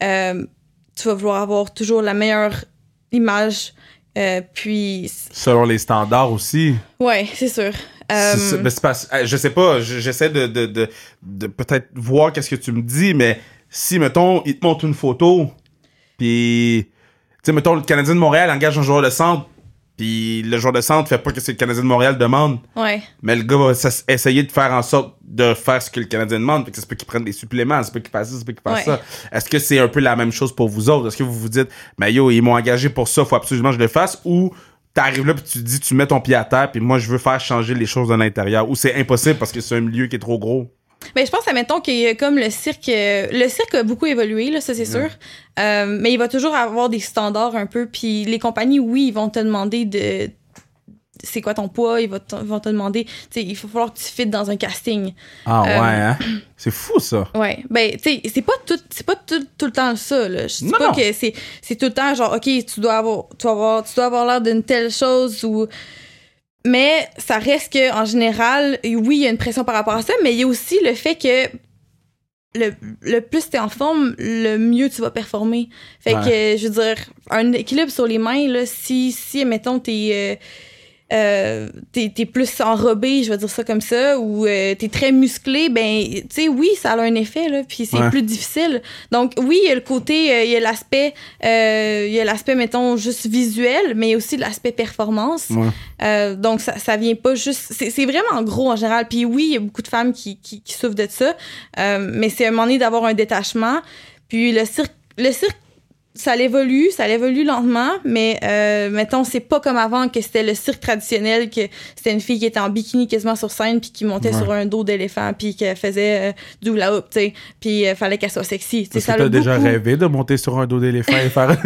Speaker 2: avoir toujours la meilleure image, puis...
Speaker 1: Selon les standards aussi.
Speaker 2: Ouais, c'est sûr.
Speaker 1: Mais c'est pas, je sais pas, j'essaie de peut-être voir qu'est-ce que tu me dis, mais si, mettons, il te montre une photo, puis, tu sais, mettons, le Canadien de Montréal engage un joueur de centre, puis le joueur de centre fait pas ce que le Canadien de Montréal demande.
Speaker 2: Ouais.
Speaker 1: Mais le gars va essayer de faire en sorte de faire ce que le Canadien demande. Fait que ça se peut qu'il prenne des suppléments, ça se peut qu'il fasse ça, ça se peut qu'il fasse ça. Est-ce que c'est un peu la même chose pour vous autres? Est-ce que vous vous dites, mais yo, ils m'ont engagé pour ça, faut absolument que je le fasse? Ou t'arrives là pis tu te dis, tu mets ton pied à terre, puis moi, je veux faire changer les choses de l'intérieur. Ou c'est impossible parce que c'est un milieu qui est trop gros?
Speaker 2: Ben, je pense, admettons, qu'il y a comme le cirque a beaucoup évolué, là, ça, c'est sûr. Mais il va toujours avoir des standards un peu. Puis les compagnies, oui, ils vont te demander de c'est quoi ton poids, ils vont te demander, tu sais, il faut falloir que tu fites dans un casting.
Speaker 1: Ah ouais, hein? C'est fou, ça.
Speaker 2: Ouais. Ben, tu sais, c'est pas tout le temps ça, là. Je dis pas que c'est tout le temps genre, OK, tu dois avoir l'air d'une telle chose ou... Mais ça reste que en général, oui, il y a une pression par rapport à ça, mais il y a aussi le fait que le plus t'es en forme, le mieux tu vas performer. Fait que, je veux dire, un équilibre sur les mains, là, si mettons, t'es plus enrobé, je vais dire ça comme ça, ou t'es très musclé, ben, tu sais, oui, ça a un effet, là, puis c'est plus difficile. Donc, oui, il y a le côté, il y a l'aspect, mettons, juste visuel, mais il y a aussi l'aspect performance. Donc, ça vient pas juste... C'est vraiment gros, en général. Puis oui, il y a beaucoup de femmes qui souffrent de ça, mais c'est à un moment donné d'avoir un détachement. Puis le cirque, ça évolue lentement, mais mettons, c'est pas comme avant que c'était le cirque traditionnel, que c'était une fille qui était en bikini quasiment sur scène puis qui montait sur un dos d'éléphant puis qui faisait du hula hoop, tu sais, puis fallait qu'elle soit sexy.
Speaker 1: Est-ce que t'as déjà rêvé de monter sur un dos d'éléphant et faire...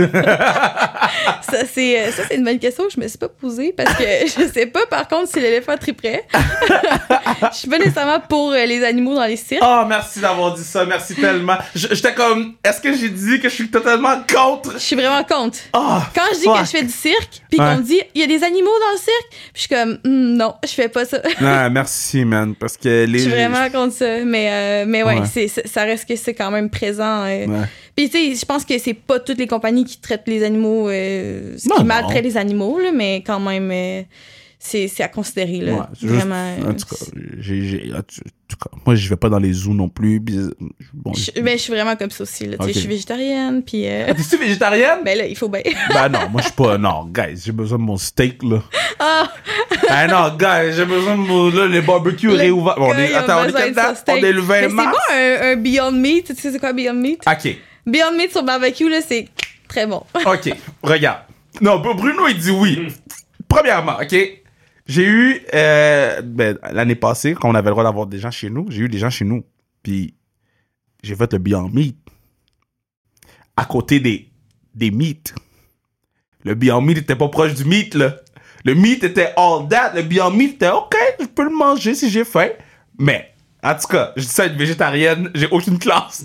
Speaker 2: Ça, c'est une bonne question que je me suis pas posée parce que je sais pas, par contre, si l'éléphant triperait. Je suis pas nécessairement pour les animaux dans les cirques.
Speaker 1: Oh, merci d'avoir dit ça. Merci tellement. J'étais comme, est-ce que j'ai dit que je suis totalement contre?
Speaker 2: Je suis vraiment contre.
Speaker 1: Oh,
Speaker 2: quand je dis que je fais du cirque, puis qu'on me dit, il y a des animaux dans le cirque, puis je suis comme, non, je fais pas ça.
Speaker 1: Non, merci, man, parce que
Speaker 2: je suis vraiment contre ça. Mais ouais. Ça reste que c'est quand même présent. Puis, tu sais, je pense que c'est pas toutes les compagnies qui traitent les animaux, qui maltraitent les animaux, là, mais quand même, c'est à considérer, là. Vraiment.
Speaker 1: En tout cas, moi, je vais pas dans les zoos non plus.
Speaker 2: Je suis vraiment comme ça aussi, là. Je suis végétarienne, puis...
Speaker 1: T'es-tu végétarienne?
Speaker 2: Ben là, il faut bien.
Speaker 1: Ben non, moi, je suis pas... Non, guys, j'ai besoin de mon steak, là. Ben non, guys, j'ai besoin de mon... Là, les barbecues réouverts. Bon, on est quand on est le 20 mars.
Speaker 2: C'est pas un Beyond Meat. Tu sais c'est quoi Beyond Meat?
Speaker 1: OK.
Speaker 2: Beyond Meat sur barbecue, là, c'est très bon.
Speaker 1: OK, regarde. Non, Bruno, il dit oui. Premièrement, OK, j'ai eu, l'année passée, quand on avait le droit d'avoir des gens chez nous, j'ai eu des gens chez nous. Puis, j'ai fait le Beyond Meat. À côté des meats. Le Beyond Meat était pas proche du meat, là. Le meat était all that. Le Beyond Meat était OK, je peux le manger si j'ai faim. Mais, en tout cas, je dis ça à une végétarienne, j'ai aucune classe.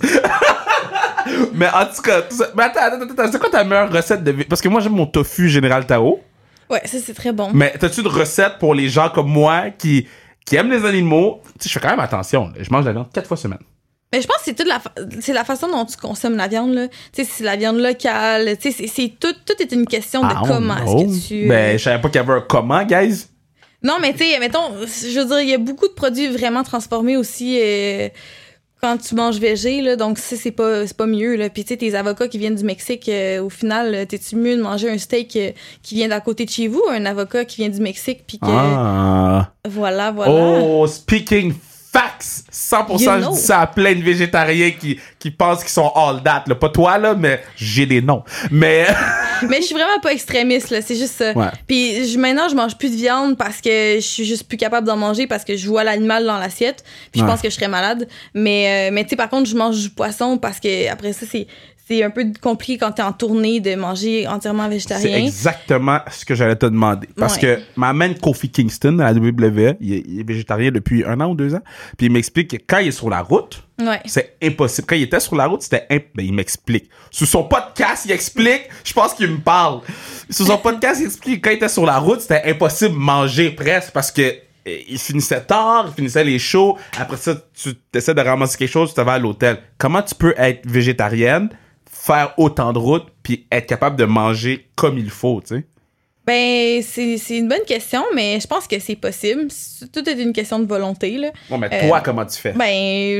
Speaker 1: Mais en tout cas, mais attends, c'est quoi ta meilleure recette de... Parce que moi, j'aime mon tofu Général Tao.
Speaker 2: Ouais, ça, c'est très bon.
Speaker 1: Mais t'as-tu une recette pour les gens comme moi qui aiment les animaux? Tu sais, je fais quand même attention. Là. Je mange de la viande 4 fois semaine.
Speaker 2: Mais je pense que c'est la façon dont tu consommes la viande, là. Tu sais, c'est la viande locale. Tu sais, tout est une question de comment est-ce que tu...
Speaker 1: Ben, je savais pas qu'il y avait un comment, guys.
Speaker 2: Non, mais tu sais, mettons, je veux dire, il y a beaucoup de produits vraiment transformés aussi... quand tu manges végé, là, donc ça, c'est pas mieux, là. Puis, tu sais, tes avocats qui viennent du Mexique, au final, t'es-tu mieux de manger un steak qui vient d'à côté de chez vous, un avocat qui vient du Mexique, puis que... Voilà.
Speaker 1: Oh, speaking facts! 100%, je dis ça à plein de végétariens qui pensent qu'ils sont all that, là. Pas toi, là, mais j'ai des noms. Mais...
Speaker 2: Mais je suis vraiment pas extrémiste, là, c'est juste ça.
Speaker 1: Ouais.
Speaker 2: Puis maintenant, je mange plus de viande parce que je suis juste plus capable d'en manger parce que je vois l'animal dans l'assiette, puis je pense que je serais malade. Mais tu sais, par contre, je mange du poisson parce que après ça, c'est un peu compliqué quand t'es en tournée de manger entièrement végétarien.
Speaker 1: C'est exactement ce que j'allais te demander. Parce que ma man Kofi Kingston à la WWE, il est végétarien depuis 1 an ou 2 ans, puis il m'explique que quand il est sur la route, c'est impossible. Quand il était sur la route, il m'explique. Sous son podcast, il explique, je pense qu'il me parle. Sous son podcast, il explique que quand il était sur la route, c'était impossible de manger presque parce que il finissait tard, il finissait les shows. Après ça, tu essaies de ramasser quelque chose, tu t'en vas à l'hôtel. Comment tu peux être végétarienne, faire autant de route, puis être capable de manger comme il faut, tu sais?
Speaker 2: Ben, c'est une bonne question, mais je pense que c'est possible. Tout est une question de volonté, là.
Speaker 1: Bon, mais toi, comment tu fais?
Speaker 2: Ben,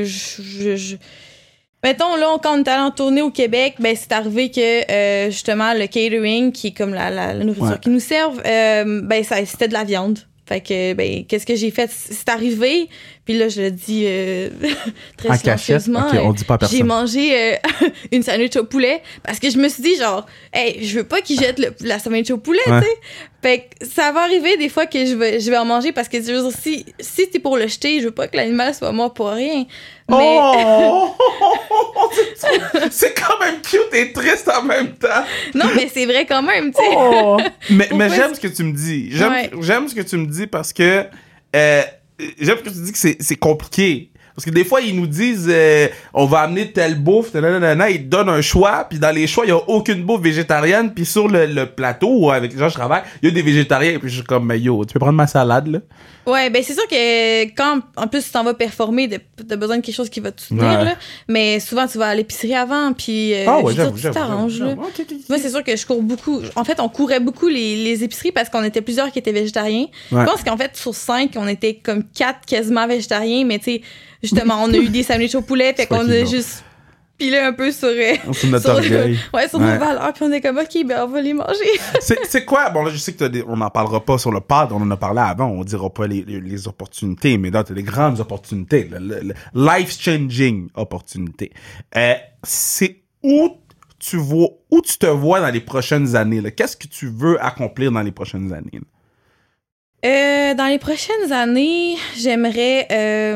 Speaker 2: mettons, là, quand on est allé en tournée au Québec, ben, c'est arrivé que, justement, le catering, qui est comme la nourriture qu'ils nous servent, ben, c'était de la viande. Fait que, ben, qu'est-ce que j'ai fait? C'est arrivé, puis là, je le dis très
Speaker 1: en
Speaker 2: silencieusement.
Speaker 1: Okay, on dit pas à personne.
Speaker 2: J'ai mangé une sandwich au poulet parce que je me suis dit, genre, hey, je veux pas qu'ils jettent la sandwich au poulet, tu sais. Fait que ça va arriver des fois que je vais en manger parce que je veux dire, si c'est pour le jeter, je veux pas que l'animal soit mort pour rien. Mais...
Speaker 1: Oh! C'est quand même cute et triste en même temps.
Speaker 2: Non, mais c'est vrai quand même, tu sais.
Speaker 1: Oh! Mais j'aime ce que tu me dis. J'aime ce que tu me dis parce que j'aime que tu dis que c'est compliqué. Parce que des fois, ils nous disent on va amener telle bouffe, ils te donnent un choix, puis dans les choix, il y a aucune bouffe végétarienne, puis sur le plateau, avec les gens que je travaille, il y a des végétariens, puis je suis comme, mais yo, tu peux prendre ma salade, là?
Speaker 2: Ouais, ben c'est sûr que quand, en plus, tu t'en vas performer, t'as besoin de quelque chose qui va te soutenir, là. Mais souvent, tu vas à l'épicerie avant, puis tu t'arranges, là. Moi, c'est sûr que je cours beaucoup. En fait, on courait beaucoup les épiceries parce qu'on était plusieurs qui étaient végétariens. Je pense qu'en fait, sur 5, on était comme 4 quasiment végétariens, mais tu sais, justement, on a eu des sandwichs au poulet, fait qu'on a juste pilé un peu sur
Speaker 1: notre orgueil.
Speaker 2: Sur nos valeurs, puis on est comme, OK, ben on va les manger.
Speaker 1: c'est quoi? Bon, là, je sais que on n'en parlera pas sur le pod, on en a parlé avant, on dira pas les opportunités, mais là, t'as des grandes opportunités, life-changing opportunités. C'est où tu te vois dans les prochaines années, là? Qu'est-ce que tu veux accomplir dans les prochaines années,
Speaker 2: là? Dans les prochaines années, j'aimerais...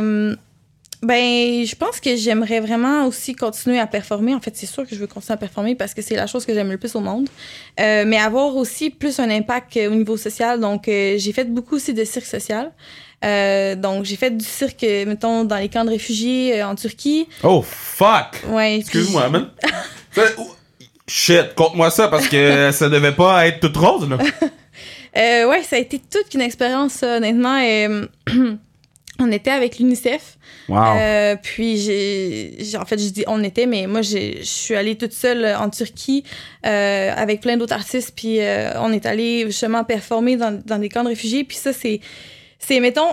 Speaker 2: Ben, je pense que j'aimerais vraiment aussi continuer à performer. En fait, c'est sûr que je veux continuer à performer parce que c'est la chose que j'aime le plus au monde. Mais avoir aussi plus un impact au niveau social. Donc, j'ai fait beaucoup aussi de cirque social. Donc, j'ai fait du cirque, mettons, dans les camps de réfugiés en Turquie.
Speaker 1: Oh, fuck!
Speaker 2: Ouais.
Speaker 1: Excuse-moi, man. Shit, conte-moi ça parce que ça devait pas être toute rose, là.
Speaker 2: Ouais, ça a été toute une expérience, honnêtement. On était avec l'UNICEF.
Speaker 1: Wow.
Speaker 2: Puis en fait, je dis on était, mais moi, je suis allée toute seule en Turquie avec plein d'autres artistes. Puis on est allé justement performer dans des camps de réfugiés. Puis ça, c'est mettons,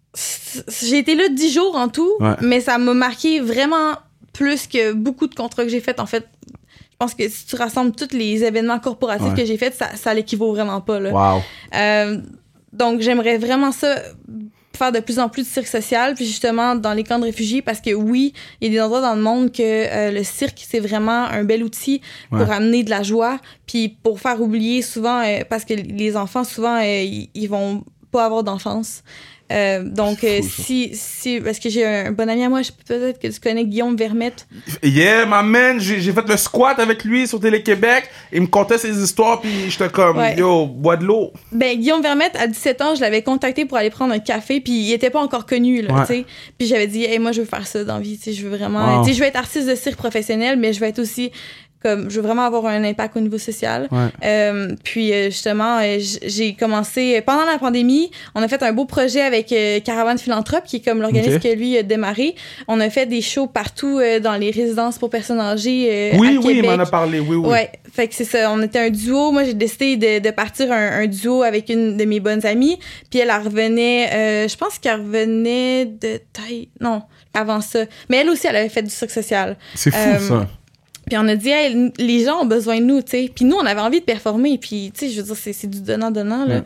Speaker 2: j'ai été là 10 jours en tout, mais ça m'a marqué vraiment plus que beaucoup de contrats que j'ai faits. En fait, je pense que si tu rassembles tous les événements corporatifs que j'ai faits, ça l'équivaut vraiment pas, là.
Speaker 1: Wow.
Speaker 2: Donc, j'aimerais vraiment ça, faire de plus en plus de cirque social, puis justement dans les camps de réfugiés, parce que oui, il y a des endroits dans le monde que le cirque, c'est vraiment un bel outil pour amener de la joie, puis pour faire oublier souvent, parce que les enfants, souvent, ils vont pas avoir d'enfance. Donc, si parce que j'ai un bon ami à moi, peut-être que tu connais Guillaume Vermette.
Speaker 1: Yeah, my man, j'ai fait le squat avec lui sur Télé-Québec. Il me contait ses histoires, puis j'étais comme, yo, bois de l'eau.
Speaker 2: Ben, Guillaume Vermette, à 17 ans, je l'avais contacté pour aller prendre un café, puis il était pas encore connu, là, tu sais. Puis j'avais dit, hey, moi, je veux faire ça dans la vie, tu sais, je veux vraiment, tu sais, je veux être artiste de cirque professionnel, mais je veux être aussi comme je veux vraiment avoir un impact au niveau social. Puis justement, j'ai commencé pendant la pandémie, on a fait un beau projet avec Caravane Philanthrope, qui est comme l'organisme que lui a démarré. On a fait des shows partout dans les résidences pour personnes âgées à Québec.
Speaker 1: Oui, il m'en a parlé, oui.
Speaker 2: Ouais, fait que c'est ça, on était un duo. Moi, j'ai décidé de partir un duo avec une de mes bonnes amies. Puis elle revenait, je pense qu'elle revenait de taille, non, avant ça. Mais elle aussi, elle avait fait du cirque social.
Speaker 1: C'est fou, ça.
Speaker 2: Puis on a dit, hey, les gens ont besoin de nous, tu sais. Puis nous, on avait envie de performer. Puis, tu sais, je veux dire, c'est du donnant-donnant, là.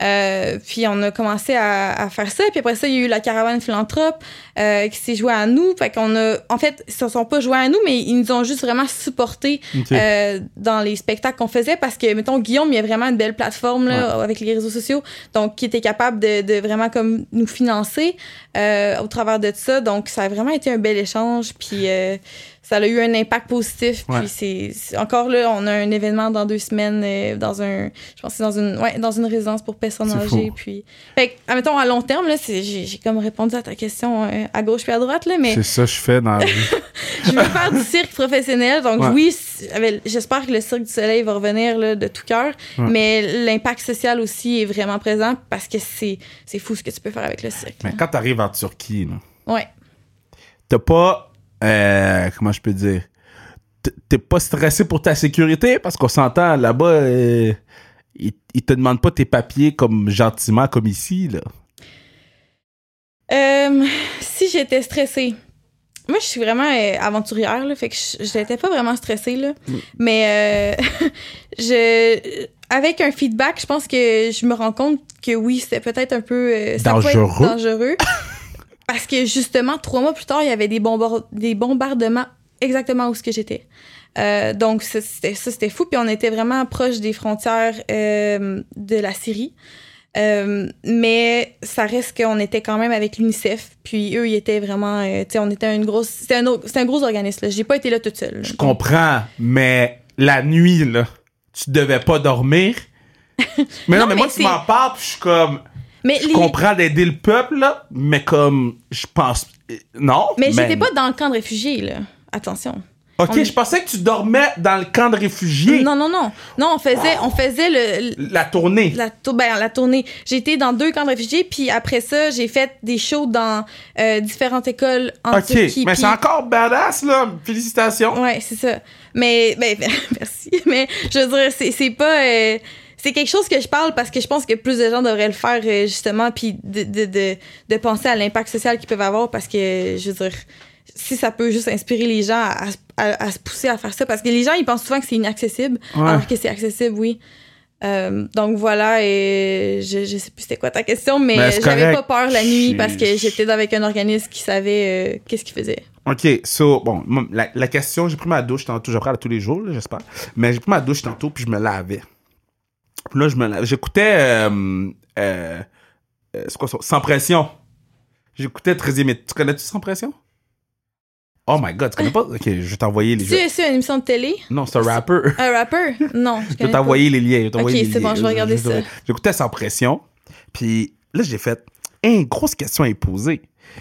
Speaker 2: Puis on a commencé à faire ça. Puis après ça, il y a eu la Caravane Philanthrope qui s'est jouée à nous. Fait qu'on a... En fait, ils se sont pas joués à nous, mais ils nous ont juste vraiment supportés dans les spectacles qu'on faisait. Parce que, mettons, Guillaume, il y a vraiment une belle plateforme, là, avec les réseaux sociaux. Donc, qui était capable de vraiment, comme, nous financer au travers de ça. Donc, ça a vraiment été un bel échange. Puis... ça a eu un impact positif. Puis c'est encore là, on a un événement dans 2 semaines je pense que c'est dans une résidence pour personnes âgées. Puis, fait que, admettons, à long terme, là, j'ai comme répondu à ta question à gauche puis à droite, là, mais...
Speaker 1: C'est ça que je fais dans la vie.
Speaker 2: Je veux faire du cirque professionnel. Donc oui, j'espère que le Cirque du Soleil va revenir là, de tout cœur. Mais l'impact social aussi est vraiment présent parce que c'est fou ce que tu peux faire avec le cirque.
Speaker 1: Mais quand t'arrives en Turquie, là,
Speaker 2: t'as
Speaker 1: pas... comment je peux dire, t'es pas stressé pour ta sécurité parce qu'on s'entend là-bas, ils te demandent pas tes papiers comme gentiment, comme ici, là?
Speaker 2: Si j'étais stressée. Moi, je suis vraiment aventurière, là, fait que j'étais pas vraiment stressée, là. Mais avec un feedback, je pense que je me rends compte que oui, c'était peut-être un peu... ça peut être dangereux. Parce que, justement, 3 mois plus tard, il y avait des bombardements exactement où ce que j'étais. Donc, c'était fou. Puis on était vraiment proche des frontières de la Syrie. Mais ça reste qu'on était quand même avec l'UNICEF. Puis eux, ils étaient vraiment... tu sais, on était c'était un gros organisme, là. J'ai pas été là toute seule.
Speaker 1: Je comprends, mais la nuit, là, tu devais pas dormir. Mais non, mais moi, tu m'en parles, puis je suis comme... Je comprends d'aider le peuple, là, mais comme... Je pense... Non,
Speaker 2: mais j'étais pas dans le camp de réfugiés, là. Attention.
Speaker 1: OK, je pensais que tu dormais dans le camp de réfugiés.
Speaker 2: Non. Non, on faisait
Speaker 1: la tournée.
Speaker 2: La tournée. J'ai été dans 2 camps de réfugiés, puis après ça, j'ai fait des shows dans différentes écoles en Turquie.
Speaker 1: OK, mais c'est encore badass, là. Félicitations.
Speaker 2: Ouais, c'est ça. Mais, merci. Mais, je veux dire, c'est pas... c'est quelque chose que je parle parce que je pense que plus de gens devraient le faire, justement, puis de penser à l'impact social qu'ils peuvent avoir, parce que, je veux dire... si ça peut juste inspirer les gens à se pousser à faire ça. Parce que les gens, ils pensent souvent que c'est inaccessible, alors que c'est accessible, oui. Donc voilà, et je sais plus c'était quoi ta question, mais j'avais pas peur la nuit parce que j'étais avec un organisme qui savait qu'est-ce qu'il faisait.
Speaker 1: OK, bon, la question, j'ai pris ma douche tantôt, je prends tous les jours, là, j'espère, mais j'ai pris ma douche tantôt, puis je me lavais. Puis là, j'écoutais, c'est quoi ça? Sans pression. J'écoutais 13e. Tu connais-tu Sans pression? Oh my God, tu connais pas? OK, je vais t'envoyer les liens.
Speaker 2: C'est une émission de télé?
Speaker 1: Non, c'est un rappeur.
Speaker 2: Un rappeur? Non, je
Speaker 1: vais t'envoyer les liens.
Speaker 2: OK, c'est bon, je vais regarder ça.
Speaker 1: J'écoutais Sans pression, puis là, j'ai fait une grosse question à y poser.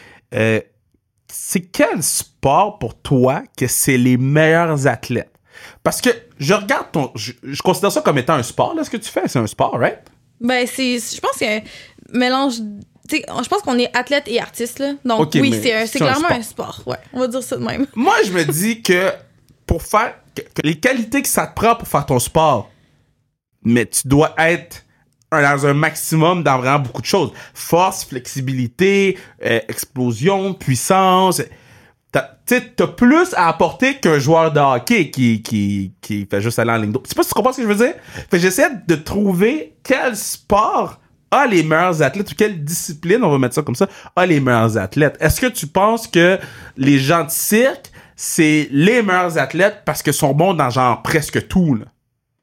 Speaker 1: C'est quel sport pour toi que c'est les meilleurs athlètes? Parce que je regarde je considère ça comme étant un sport, là, ce que tu fais. C'est un sport, right?
Speaker 2: Ben, je pense qu'il y a un mélange... T'sais, je pense qu'on est athlète et artiste, là. Donc, okay, oui, c'est clairement un sport. Ouais, on va dire ça de même.
Speaker 1: Moi, je me dis que pour faire... que les qualités que ça te prend pour faire ton sport, mais tu dois être dans un maximum dans vraiment beaucoup de choses. Force, flexibilité, explosion, puissance. T'as plus à apporter qu'un joueur de hockey qui fait juste aller en ligne droite. Je sais pas si tu comprends ce que je veux dire. Fait que j'essaie de trouver quel sport a les meilleurs athlètes ou quelle discipline, on va mettre ça comme ça, a les meilleurs athlètes. Est-ce que tu penses que les gens de cirque, c'est les meilleurs athlètes parce qu'ils sont bons dans genre presque tout, là?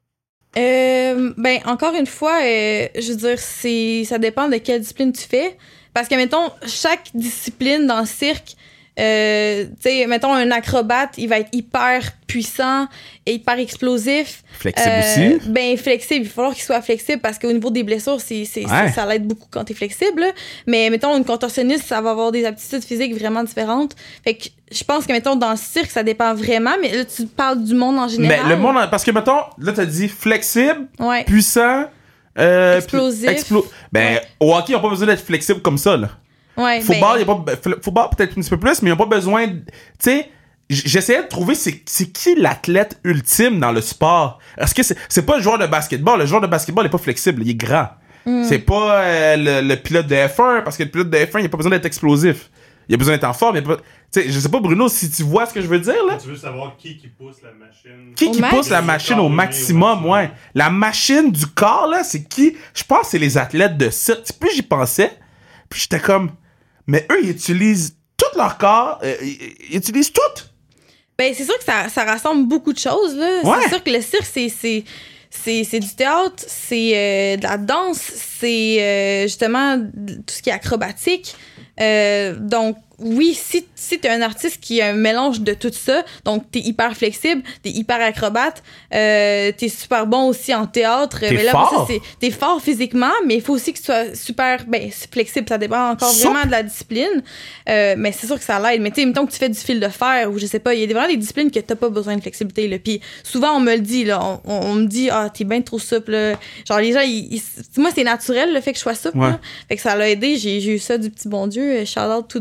Speaker 2: Ben, encore une fois, je veux dire, ça dépend de quelle discipline tu fais. Parce que, mettons, chaque discipline dans le cirque, tu sais, mettons, un acrobate, il va être hyper puissant et hyper explosif.
Speaker 1: Flexible aussi?
Speaker 2: Ben, flexible. Il va falloir qu'il soit flexible parce qu'au niveau des blessures, ça l'aide beaucoup quand t'es flexible. Là. Mais, mettons, une contorsionniste, ça va avoir des aptitudes physiques vraiment différentes. Fait que je pense que, mettons, dans le cirque, ça dépend vraiment. Mais là, tu parles du monde en général.
Speaker 1: Mais le monde, parce que, mettons, là, t'as dit flexible, puissant,
Speaker 2: explosif.
Speaker 1: Au hockey, ils n'ont pas besoin d'être flexible comme ça, là.
Speaker 2: Ouais,
Speaker 1: football, football peut-être un petit peu plus, mais ils n'ont pas besoin. Tu sais, j'essayais de trouver c'est qui l'athlète ultime dans le sport. Est-ce que c'est pas le joueur de basketball? Le joueur de basketball n'est pas flexible, il est grand. C'est pas le pilote de F1, parce que le pilote de F1, il n'a pas besoin d'être explosif. Il a besoin d'être en forme. Tu sais, je sais pas, Bruno, si tu vois ce que je veux dire, là.
Speaker 3: Tu veux savoir qui pousse la machine?
Speaker 1: Qui pousse la machine au maximum, ouais. La machine du corps, là, c'est qui? Je pense que c'est les athlètes de cirque. Plus j'y pensais, puis j'étais comme... Mais eux, ils utilisent tout leur corps. Ils utilisent tout.
Speaker 2: Ben, c'est sûr que ça rassemble beaucoup de choses, là.
Speaker 1: Ouais.
Speaker 2: C'est sûr que le cirque, c'est du théâtre, c'est de la danse, c'est justement tout ce qui est acrobatique. Donc, oui, si t'es un artiste qui a un mélange de tout ça, donc t'es hyper flexible, t'es hyper acrobate, t'es super bon aussi en théâtre.
Speaker 1: T'es fort.
Speaker 2: T'es fort physiquement, mais il faut aussi que tu sois super flexible. Ça dépend encore vraiment de la discipline. Mais c'est sûr que ça l'aide. Mais tu sais, mettons que tu fais du fil de fer ou je sais pas, il y a vraiment des disciplines que t'as pas besoin de flexibilité. Là. Puis souvent, on me le dit, là, on me dit, t'es bien trop souple. Là. Genre, les gens, moi, c'est naturel le fait que je sois souple.
Speaker 1: Ouais.
Speaker 2: Là. Fait que ça l'a aidé. J'ai eu ça du petit bon Dieu. Shout out tout le petit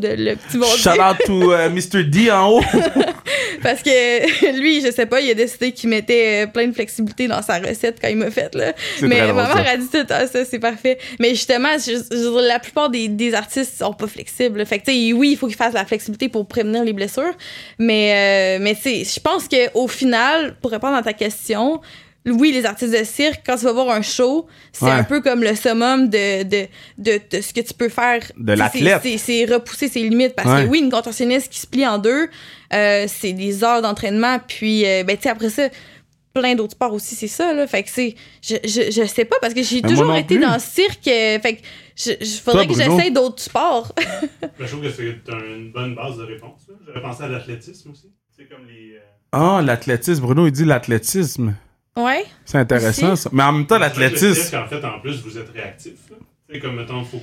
Speaker 1: Shout out to Mr. D en haut.
Speaker 2: Parce que lui, je sais pas, il a décidé qu'il mettait plein de flexibilité dans sa recette quand il m'a fait, là. Mais ma mère a dit tout ça, c'est parfait. Mais justement, la plupart des artistes sont pas flexibles. Fait que, tu sais, oui, il faut qu'ils fassent la flexibilité pour prévenir les blessures. Mais tu sais, je pense qu'au final, pour répondre à ta question, oui, les artistes de cirque, quand tu vas voir un show, c'est un peu comme le summum de ce que tu peux faire.
Speaker 1: De l'athlète.
Speaker 2: C'est repousser ses limites. Parce que oui, une contorsionniste qui se plie en deux, c'est des heures d'entraînement. Puis, tu sais, après ça, plein d'autres sports aussi, c'est ça, là. Fait que je sais pas, parce que j'ai toujours été dans le cirque. Fait que faudrait que j'essaye d'autres sports.
Speaker 3: Je trouve que c'est une bonne base de réponse. Là. J'aurais pensé à l'athlétisme aussi. C'est comme les...
Speaker 1: l'athlétisme. Bruno, il dit l'athlétisme.
Speaker 2: Ouais.
Speaker 1: C'est intéressant, ça. Mais en même temps, l'athlétisme...
Speaker 3: En fait, en plus, vous êtes réactif. Tu sais, comme, mettons, il faut que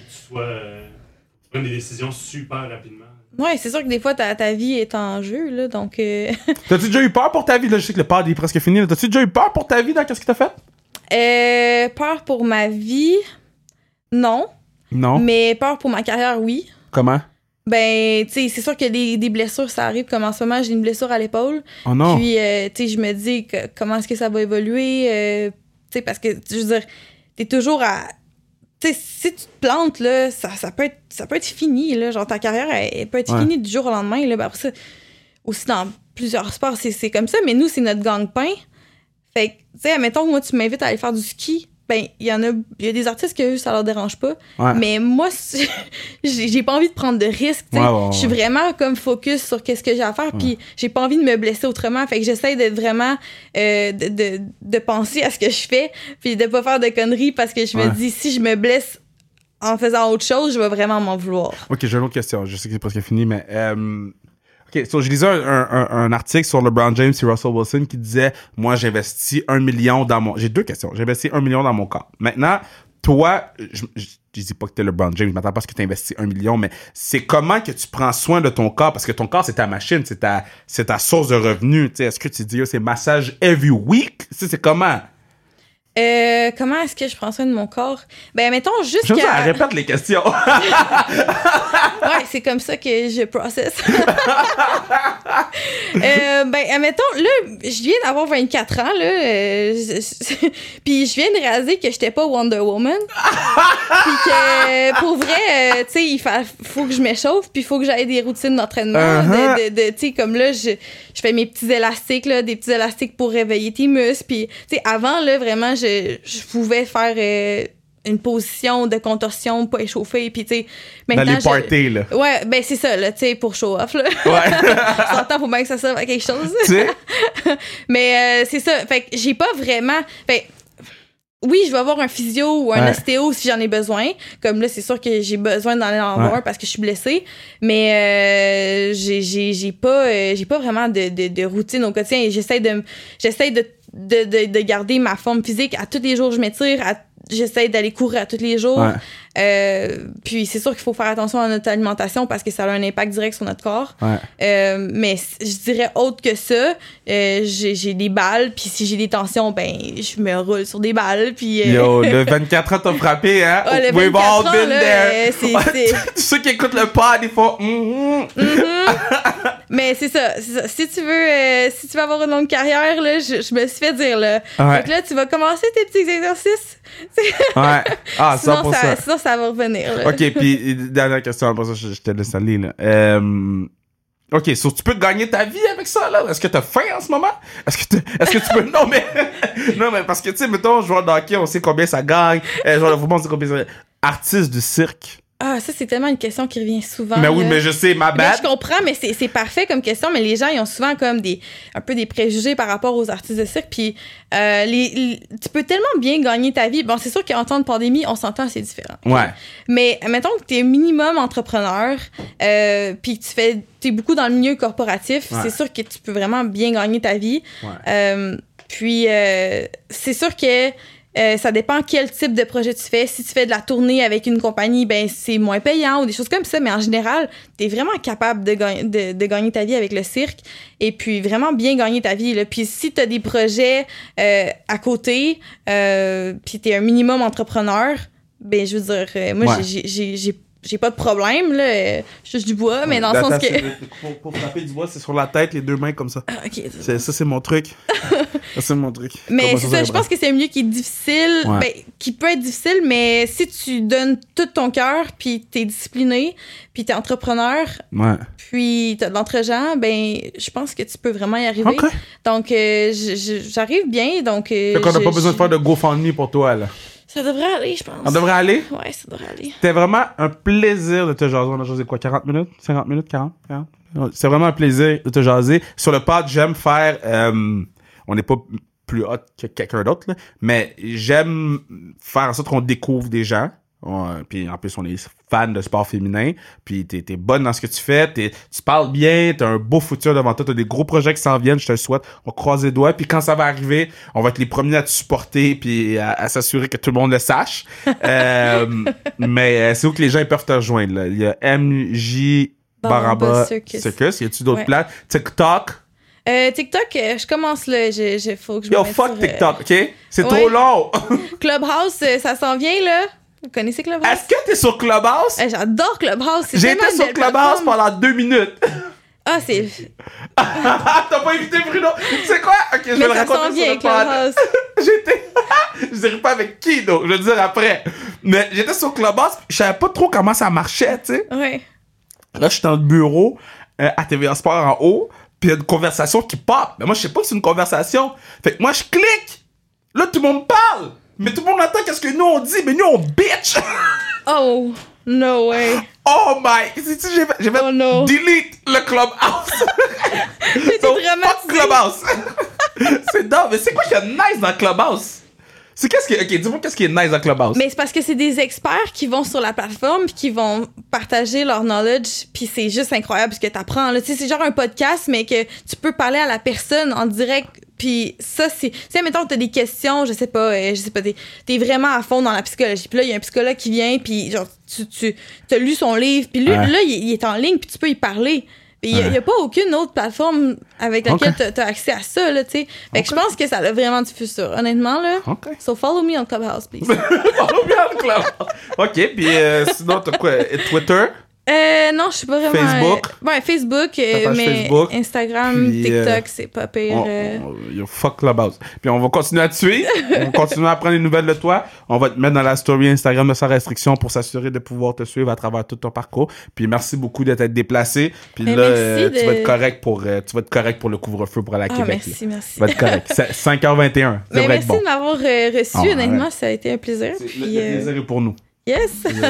Speaker 3: tu prennes des décisions super rapidement.
Speaker 2: Ouais, c'est sûr que des fois, ta vie est en jeu, là, donc...
Speaker 1: T'as-tu déjà eu peur pour ta vie? Là, je sais que le pod est presque fini. Là. T'as-tu déjà eu peur pour ta vie dans qu'est-ce que t'as fait?
Speaker 2: Peur pour ma vie? Non.
Speaker 1: Non.
Speaker 2: Mais peur pour ma carrière, oui.
Speaker 1: Comment?
Speaker 2: Ben, tu sais, c'est sûr que des blessures, ça arrive. Comme en ce moment, j'ai une blessure à l'épaule.
Speaker 1: Oh non.
Speaker 2: Puis, tu sais, je me dis comment est-ce que ça va évoluer. Tu sais, parce que, je veux dire, t'es toujours à... Tu sais, si tu te plantes, là, ça peut être fini, là. Genre, ta carrière, elle peut être finie du jour au lendemain, là. Ben, après ça, aussi dans plusieurs sports, c'est comme ça. Mais nous, c'est notre gang-pain. Fait que, tu sais, admettons que moi, tu m'invites à aller faire du ski. Ben, il y a des artistes que ça leur dérange pas. Ouais. Mais moi, j'ai pas envie de prendre de risques. Je suis vraiment comme focus sur qu'est-ce que j'ai à faire. Puis j'ai pas envie de me blesser autrement. Fait que j'essaie d'être vraiment de penser à ce que je fais. Puis de pas faire de conneries parce que je me dis, si je me blesse en faisant autre chose, je vais vraiment m'en vouloir.
Speaker 1: Ok, j'ai une autre question. Je sais que c'est presque fini, mais... OK, so, je lisais un article sur LeBron James et Russell Wilson qui disait « Moi, j'investis 1 million dans mon... » J'ai deux questions. J'investis 1 million dans mon corps. Maintenant, toi, je dis pas que t'es LeBron James, je m'attends pas à ce que tu investis 1 million, mais c'est comment que tu prends soin de ton corps? Parce que ton corps, c'est ta machine, c'est ta source de revenus. T'sais, est-ce que tu dis « C'est massage every week? » C'est comment?
Speaker 2: Comment est-ce que je prends soin de mon corps? Ben, mettons juste
Speaker 1: que... ça répète les questions.
Speaker 2: Ouais, c'est comme ça que je processe. Ben, mettons, là, je viens d'avoir 24 ans, là, puis je viens de réaliser que j'étais pas Wonder Woman. Puis que, pour vrai, tu sais, il faut que je m'échauffe, puis il faut que j'aille des routines d'entraînement. Tu sais, comme là, je fais mes petits élastiques, là, des petits élastiques pour réveiller tes muscles. Puis, tu sais, avant, là, vraiment, je pouvais faire une position de contorsion pas échauffée. Puis, tu sais, maintenant.
Speaker 1: Dans les parties, là.
Speaker 2: Ouais, ben, c'est ça, là, tu sais, pour show off, là.
Speaker 1: Ouais.
Speaker 2: S'entend, faut bien que ça serve à quelque chose. Tu sais? Mais c'est ça. Fait que j'ai pas vraiment. Ben, oui, je vais avoir un physio ou un ostéo si j'en ai besoin. Comme là, c'est sûr que j'ai besoin d'en avoir un parce que je suis blessée. Mais j'ai pas vraiment de routine au quotidien. Et j'essaie de garder ma forme physique. À tous les jours, je m'étire. J'essaie d'aller courir à tous les jours. Puis c'est sûr qu'il faut faire attention à notre alimentation parce que ça a un impact direct sur notre corps. Mais je dirais autre que ça, j'ai des balles, puis si j'ai des tensions, ben je me roule sur des balles. Puis
Speaker 1: Yo, le 24 ans t'as frappé, hein?
Speaker 2: Le 24 ans, là, c'est...
Speaker 1: Tous ceux qui écoutent le pod, ils font...
Speaker 2: Mais c'est ça. Si tu veux avoir une longue carrière, là, je me suis fait dire, là. Fait que là, tu vas commencer tes petits exercices.
Speaker 1: Ah,
Speaker 2: sinon, ça va revenir, là.
Speaker 1: OK, puis dernière question, après ça, je te laisse aller, là. OK, so tu peux gagner ta vie avec ça, là? Est-ce que t'as faim en ce moment? Est-ce que tu peux... Non, mais parce que, tu sais, mettons, joueur de hockey, on sait combien ça gagne. Joueur de football, on sait combien ça gagne. Artiste du cirque.
Speaker 2: Ah, ça, c'est tellement une question qui revient souvent.
Speaker 1: Mais oui, mais je sais, ma bad.
Speaker 2: Je comprends, mais c'est parfait comme question, mais les gens, ils ont souvent comme un peu des préjugés par rapport aux artistes de cirque, puis tu peux tellement bien gagner ta vie. Bon, c'est sûr qu'en temps de pandémie, on s'entend, c'est différent.
Speaker 1: Ouais.
Speaker 2: Mais mettons que t'es minimum entrepreneur, puis que t'es beaucoup dans le milieu corporatif, c'est sûr que tu peux vraiment bien gagner ta vie. Puis, c'est sûr que ça dépend quel type de projet tu fais. Si tu fais de la tournée avec une compagnie, ben c'est moins payant ou des choses comme ça. Mais en général, t'es vraiment capable de gagner ta vie avec le cirque et puis vraiment bien gagner ta vie, là. Puis si t'as des projets à côté, puis t'es un minimum entrepreneur, ben je veux dire, moi, j'ai pas de problème, là. Je touche du bois, mais dans le sens que...
Speaker 1: Pour frapper du bois, c'est sur la tête, les deux mains comme ça.
Speaker 2: Ah, OK.
Speaker 1: Ça, c'est mon truc. Ça, c'est mon truc.
Speaker 2: Mais c'est ça, je pense que c'est un milieu qui est difficile, qui peut être difficile, mais si tu donnes tout ton cœur, puis t'es discipliné, puis t'es entrepreneur, puis t'as de l'entre-gens, ben, je pense que tu peux vraiment y arriver. Okay. Donc, j'arrive bien, donc...
Speaker 1: Fait qu'on n'a pas besoin de faire de GoFundMe pour toi, là.
Speaker 2: Ça devrait aller, je pense.
Speaker 1: Ça devrait aller?
Speaker 2: Ouais, ça devrait aller.
Speaker 1: C'était vraiment un plaisir de te jaser. On a jasé quoi, 40 minutes? 50 minutes? 40? C'est vraiment un plaisir de te jaser. Sur le pod, j'aime faire... on n'est pas plus hot que quelqu'un d'autre, là, mais j'aime faire en sorte qu'on découvre des gens. Puis en plus, on est fan de sport féminin. Puis t'es bonne dans ce que tu fais. Tu parles bien. T'as un beau futur devant toi. T'as des gros projets qui s'en viennent. Je te le souhaite. On croise les doigts. Puis quand ça va arriver, on va être les premiers à te supporter puis à s'assurer que tout le monde le sache. Mais c'est où que les gens ils peuvent te rejoindre. Là. Il y a MJ Baraba Circus. Y a-tu d'autres plans? TikTok?
Speaker 2: TikTok, je commence là. Faut que je
Speaker 1: me mette fuck sur, TikTok, OK? C'est trop long!
Speaker 2: Clubhouse, ça s'en vient, là. Vous connaissez Clubhouse?
Speaker 1: Est-ce que t'es sur Clubhouse?
Speaker 2: J'adore Clubhouse.
Speaker 1: J'ai été sur Clubhouse pendant 2 minutes.
Speaker 2: Ah, c'est...
Speaker 1: T'as pas invité Bruno? Tu sais quoi? OK, je vais le raconter sur le pod. Je dirais pas avec qui, donc. Je vais le dire après. Mais j'étais sur Clubhouse, je savais pas trop comment ça marchait, tu sais.
Speaker 2: Ouais.
Speaker 1: Là, je suis dans le bureau, à TVA Sport en haut, puis il y a une conversation qui pop. Mais moi, je sais pas que c'est une conversation. Fait que moi, je clique. Là, tout le monde parle. Mais tout le monde entend qu'est-ce que nous on dit, mais nous on bitch!
Speaker 2: Oh, no way.
Speaker 1: Oh my! J'ai fait delete le Clubhouse!
Speaker 2: J'étais dramatisé.
Speaker 1: Clubhouse! C'est dingue, mais c'est quoi qui est nice dans Clubhouse? Ok, dis-moi qu'est-ce qui est nice dans Clubhouse?
Speaker 2: Mais c'est parce que c'est des experts qui vont sur la plateforme puis qui vont partager leur knowledge, puis c'est juste incroyable parce que t'apprends. Tu sais, c'est genre un podcast, mais que tu peux parler à la personne en direct. Puis ça, c'est... Tu sais, mettons, t'as des questions, je sais pas, t'es vraiment à fond dans la psychologie. Puis là, il y a un psychologue qui vient, puis genre, t'as lu son livre, puis lui, là, il est en ligne, puis tu peux y parler. Il n'y a pas aucune autre plateforme avec laquelle tu as accès à ça, là, tu sais. Fait que je pense que ça a vraiment du futur, honnêtement, là. So follow me on Clubhouse, please.
Speaker 1: Follow me on Clubhouse. OK, puis sinon, t'as quoi? Twitter?
Speaker 2: Non, je suis pas vraiment...
Speaker 1: Facebook?
Speaker 2: Ouais, Facebook, mais
Speaker 1: Facebook,
Speaker 2: Instagram, puis, TikTok, c'est pas pire.
Speaker 1: Fuck Clubhouse. Puis on va continuer à te suivre. On va continuer à prendre des nouvelles de toi. On va te mettre dans la story Instagram de Sans Restriction pour s'assurer de pouvoir te suivre à travers tout ton parcours. Puis merci beaucoup d'être déplacé. Puis là, tu vas être correct pour le couvre-feu pour aller à Québec.
Speaker 2: Merci.
Speaker 1: Tu vas être correct. 5h21.
Speaker 2: Merci de m'avoir reçu. Honnêtement, ça a été un plaisir.
Speaker 1: Le plaisir est pour nous.
Speaker 2: Yes.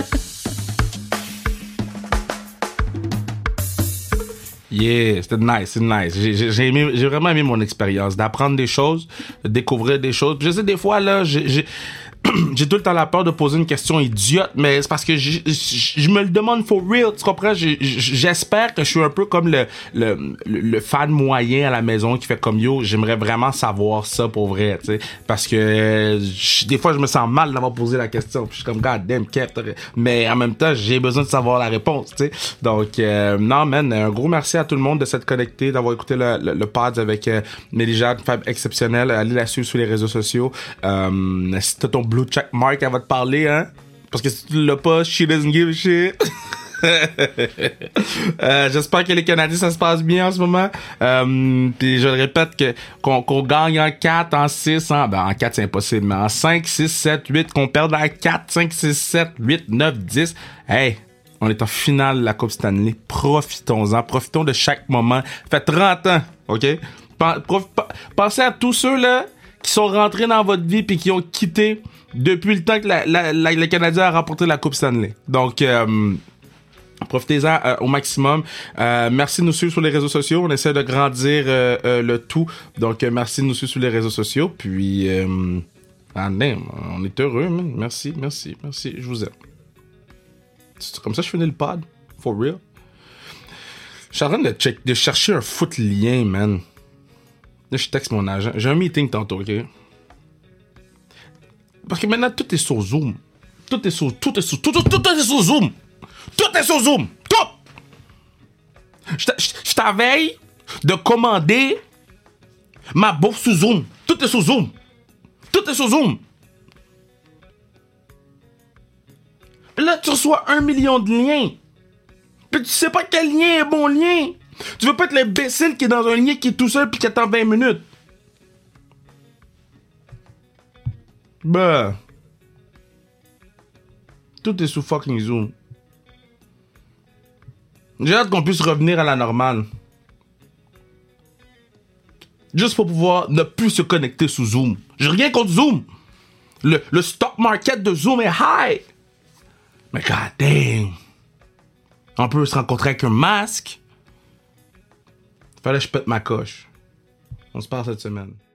Speaker 1: Yeah, c'était nice, c'est nice. J'ai vraiment aimé mon expérience, d'apprendre des choses, de découvrir des choses. Puis je sais, des fois, là, j'ai tout le temps la peur de poser une question idiote, mais c'est parce que je me le demande for real, tu comprends? J'espère que je suis un peu comme le fan moyen à la maison qui fait comme yo, j'aimerais vraiment savoir ça pour vrai, tu sais, parce que des fois je me sens mal d'avoir posé la question, puis je suis comme god damn, mais en même temps j'ai besoin de savoir la réponse, tu sais. Donc non man, un gros merci à tout le monde de s'être connecté, d'avoir écouté le pod avec Mélie-Jade, femme exceptionnelle. Allez la suivre sur les réseaux sociaux. Si t'as ton blue check mark, elle va te parler, hein? Parce que si tu l'as pas, she doesn't give a shit. J'espère que les Canadiens, ça se passe bien en ce moment. Puis je le répète qu'on gagne en 4, en 6, en 4 c'est impossible, mais en 5, 6, 7, 8, qu'on perde en 4, 5, 6, 7, 8, 9, 10. Hey! On est en finale de la Coupe Stanley. Profitons-en. Profitons de chaque moment. Ça fait 30 ans, OK? Pensez à tous ceux-là qui sont rentrés dans votre vie puis qui ont quitté depuis le temps que le Canadien a remporté la Coupe Stanley. Donc, profitez-en au maximum. Merci de nous suivre sur les réseaux sociaux. On essaie de grandir le tout. Donc, merci de nous suivre sur les réseaux sociaux. Puis, on est heureux, man. Merci. Je vous aime. C'est comme ça que je finis le pod. For real. Je suis en train de chercher un foot lien, man. Là, je texte mon agent. J'ai un meeting tantôt, OK? Parce que maintenant, tout est sur Zoom. Tout est sur Zoom. Tout est sur Zoom. Tout! Je t'avais de commander ma bouffe sur Zoom. Tout est sur Zoom. Là, tu reçois 1 million de liens. Puis tu sais pas quel lien est bon lien. Tu veux pas être l'imbécile qui est dans un lien qui est tout seul puis qui attend 20 minutes. Bah. Tout est sous fucking Zoom. J'ai hâte qu'on puisse revenir à la normale. Juste pour pouvoir ne plus se connecter sous Zoom. J'ai rien contre Zoom. Le stock market de Zoom est high. Mais god damn. On peut se rencontrer avec un masque. Fallait que je pète ma coche. On se parle cette semaine.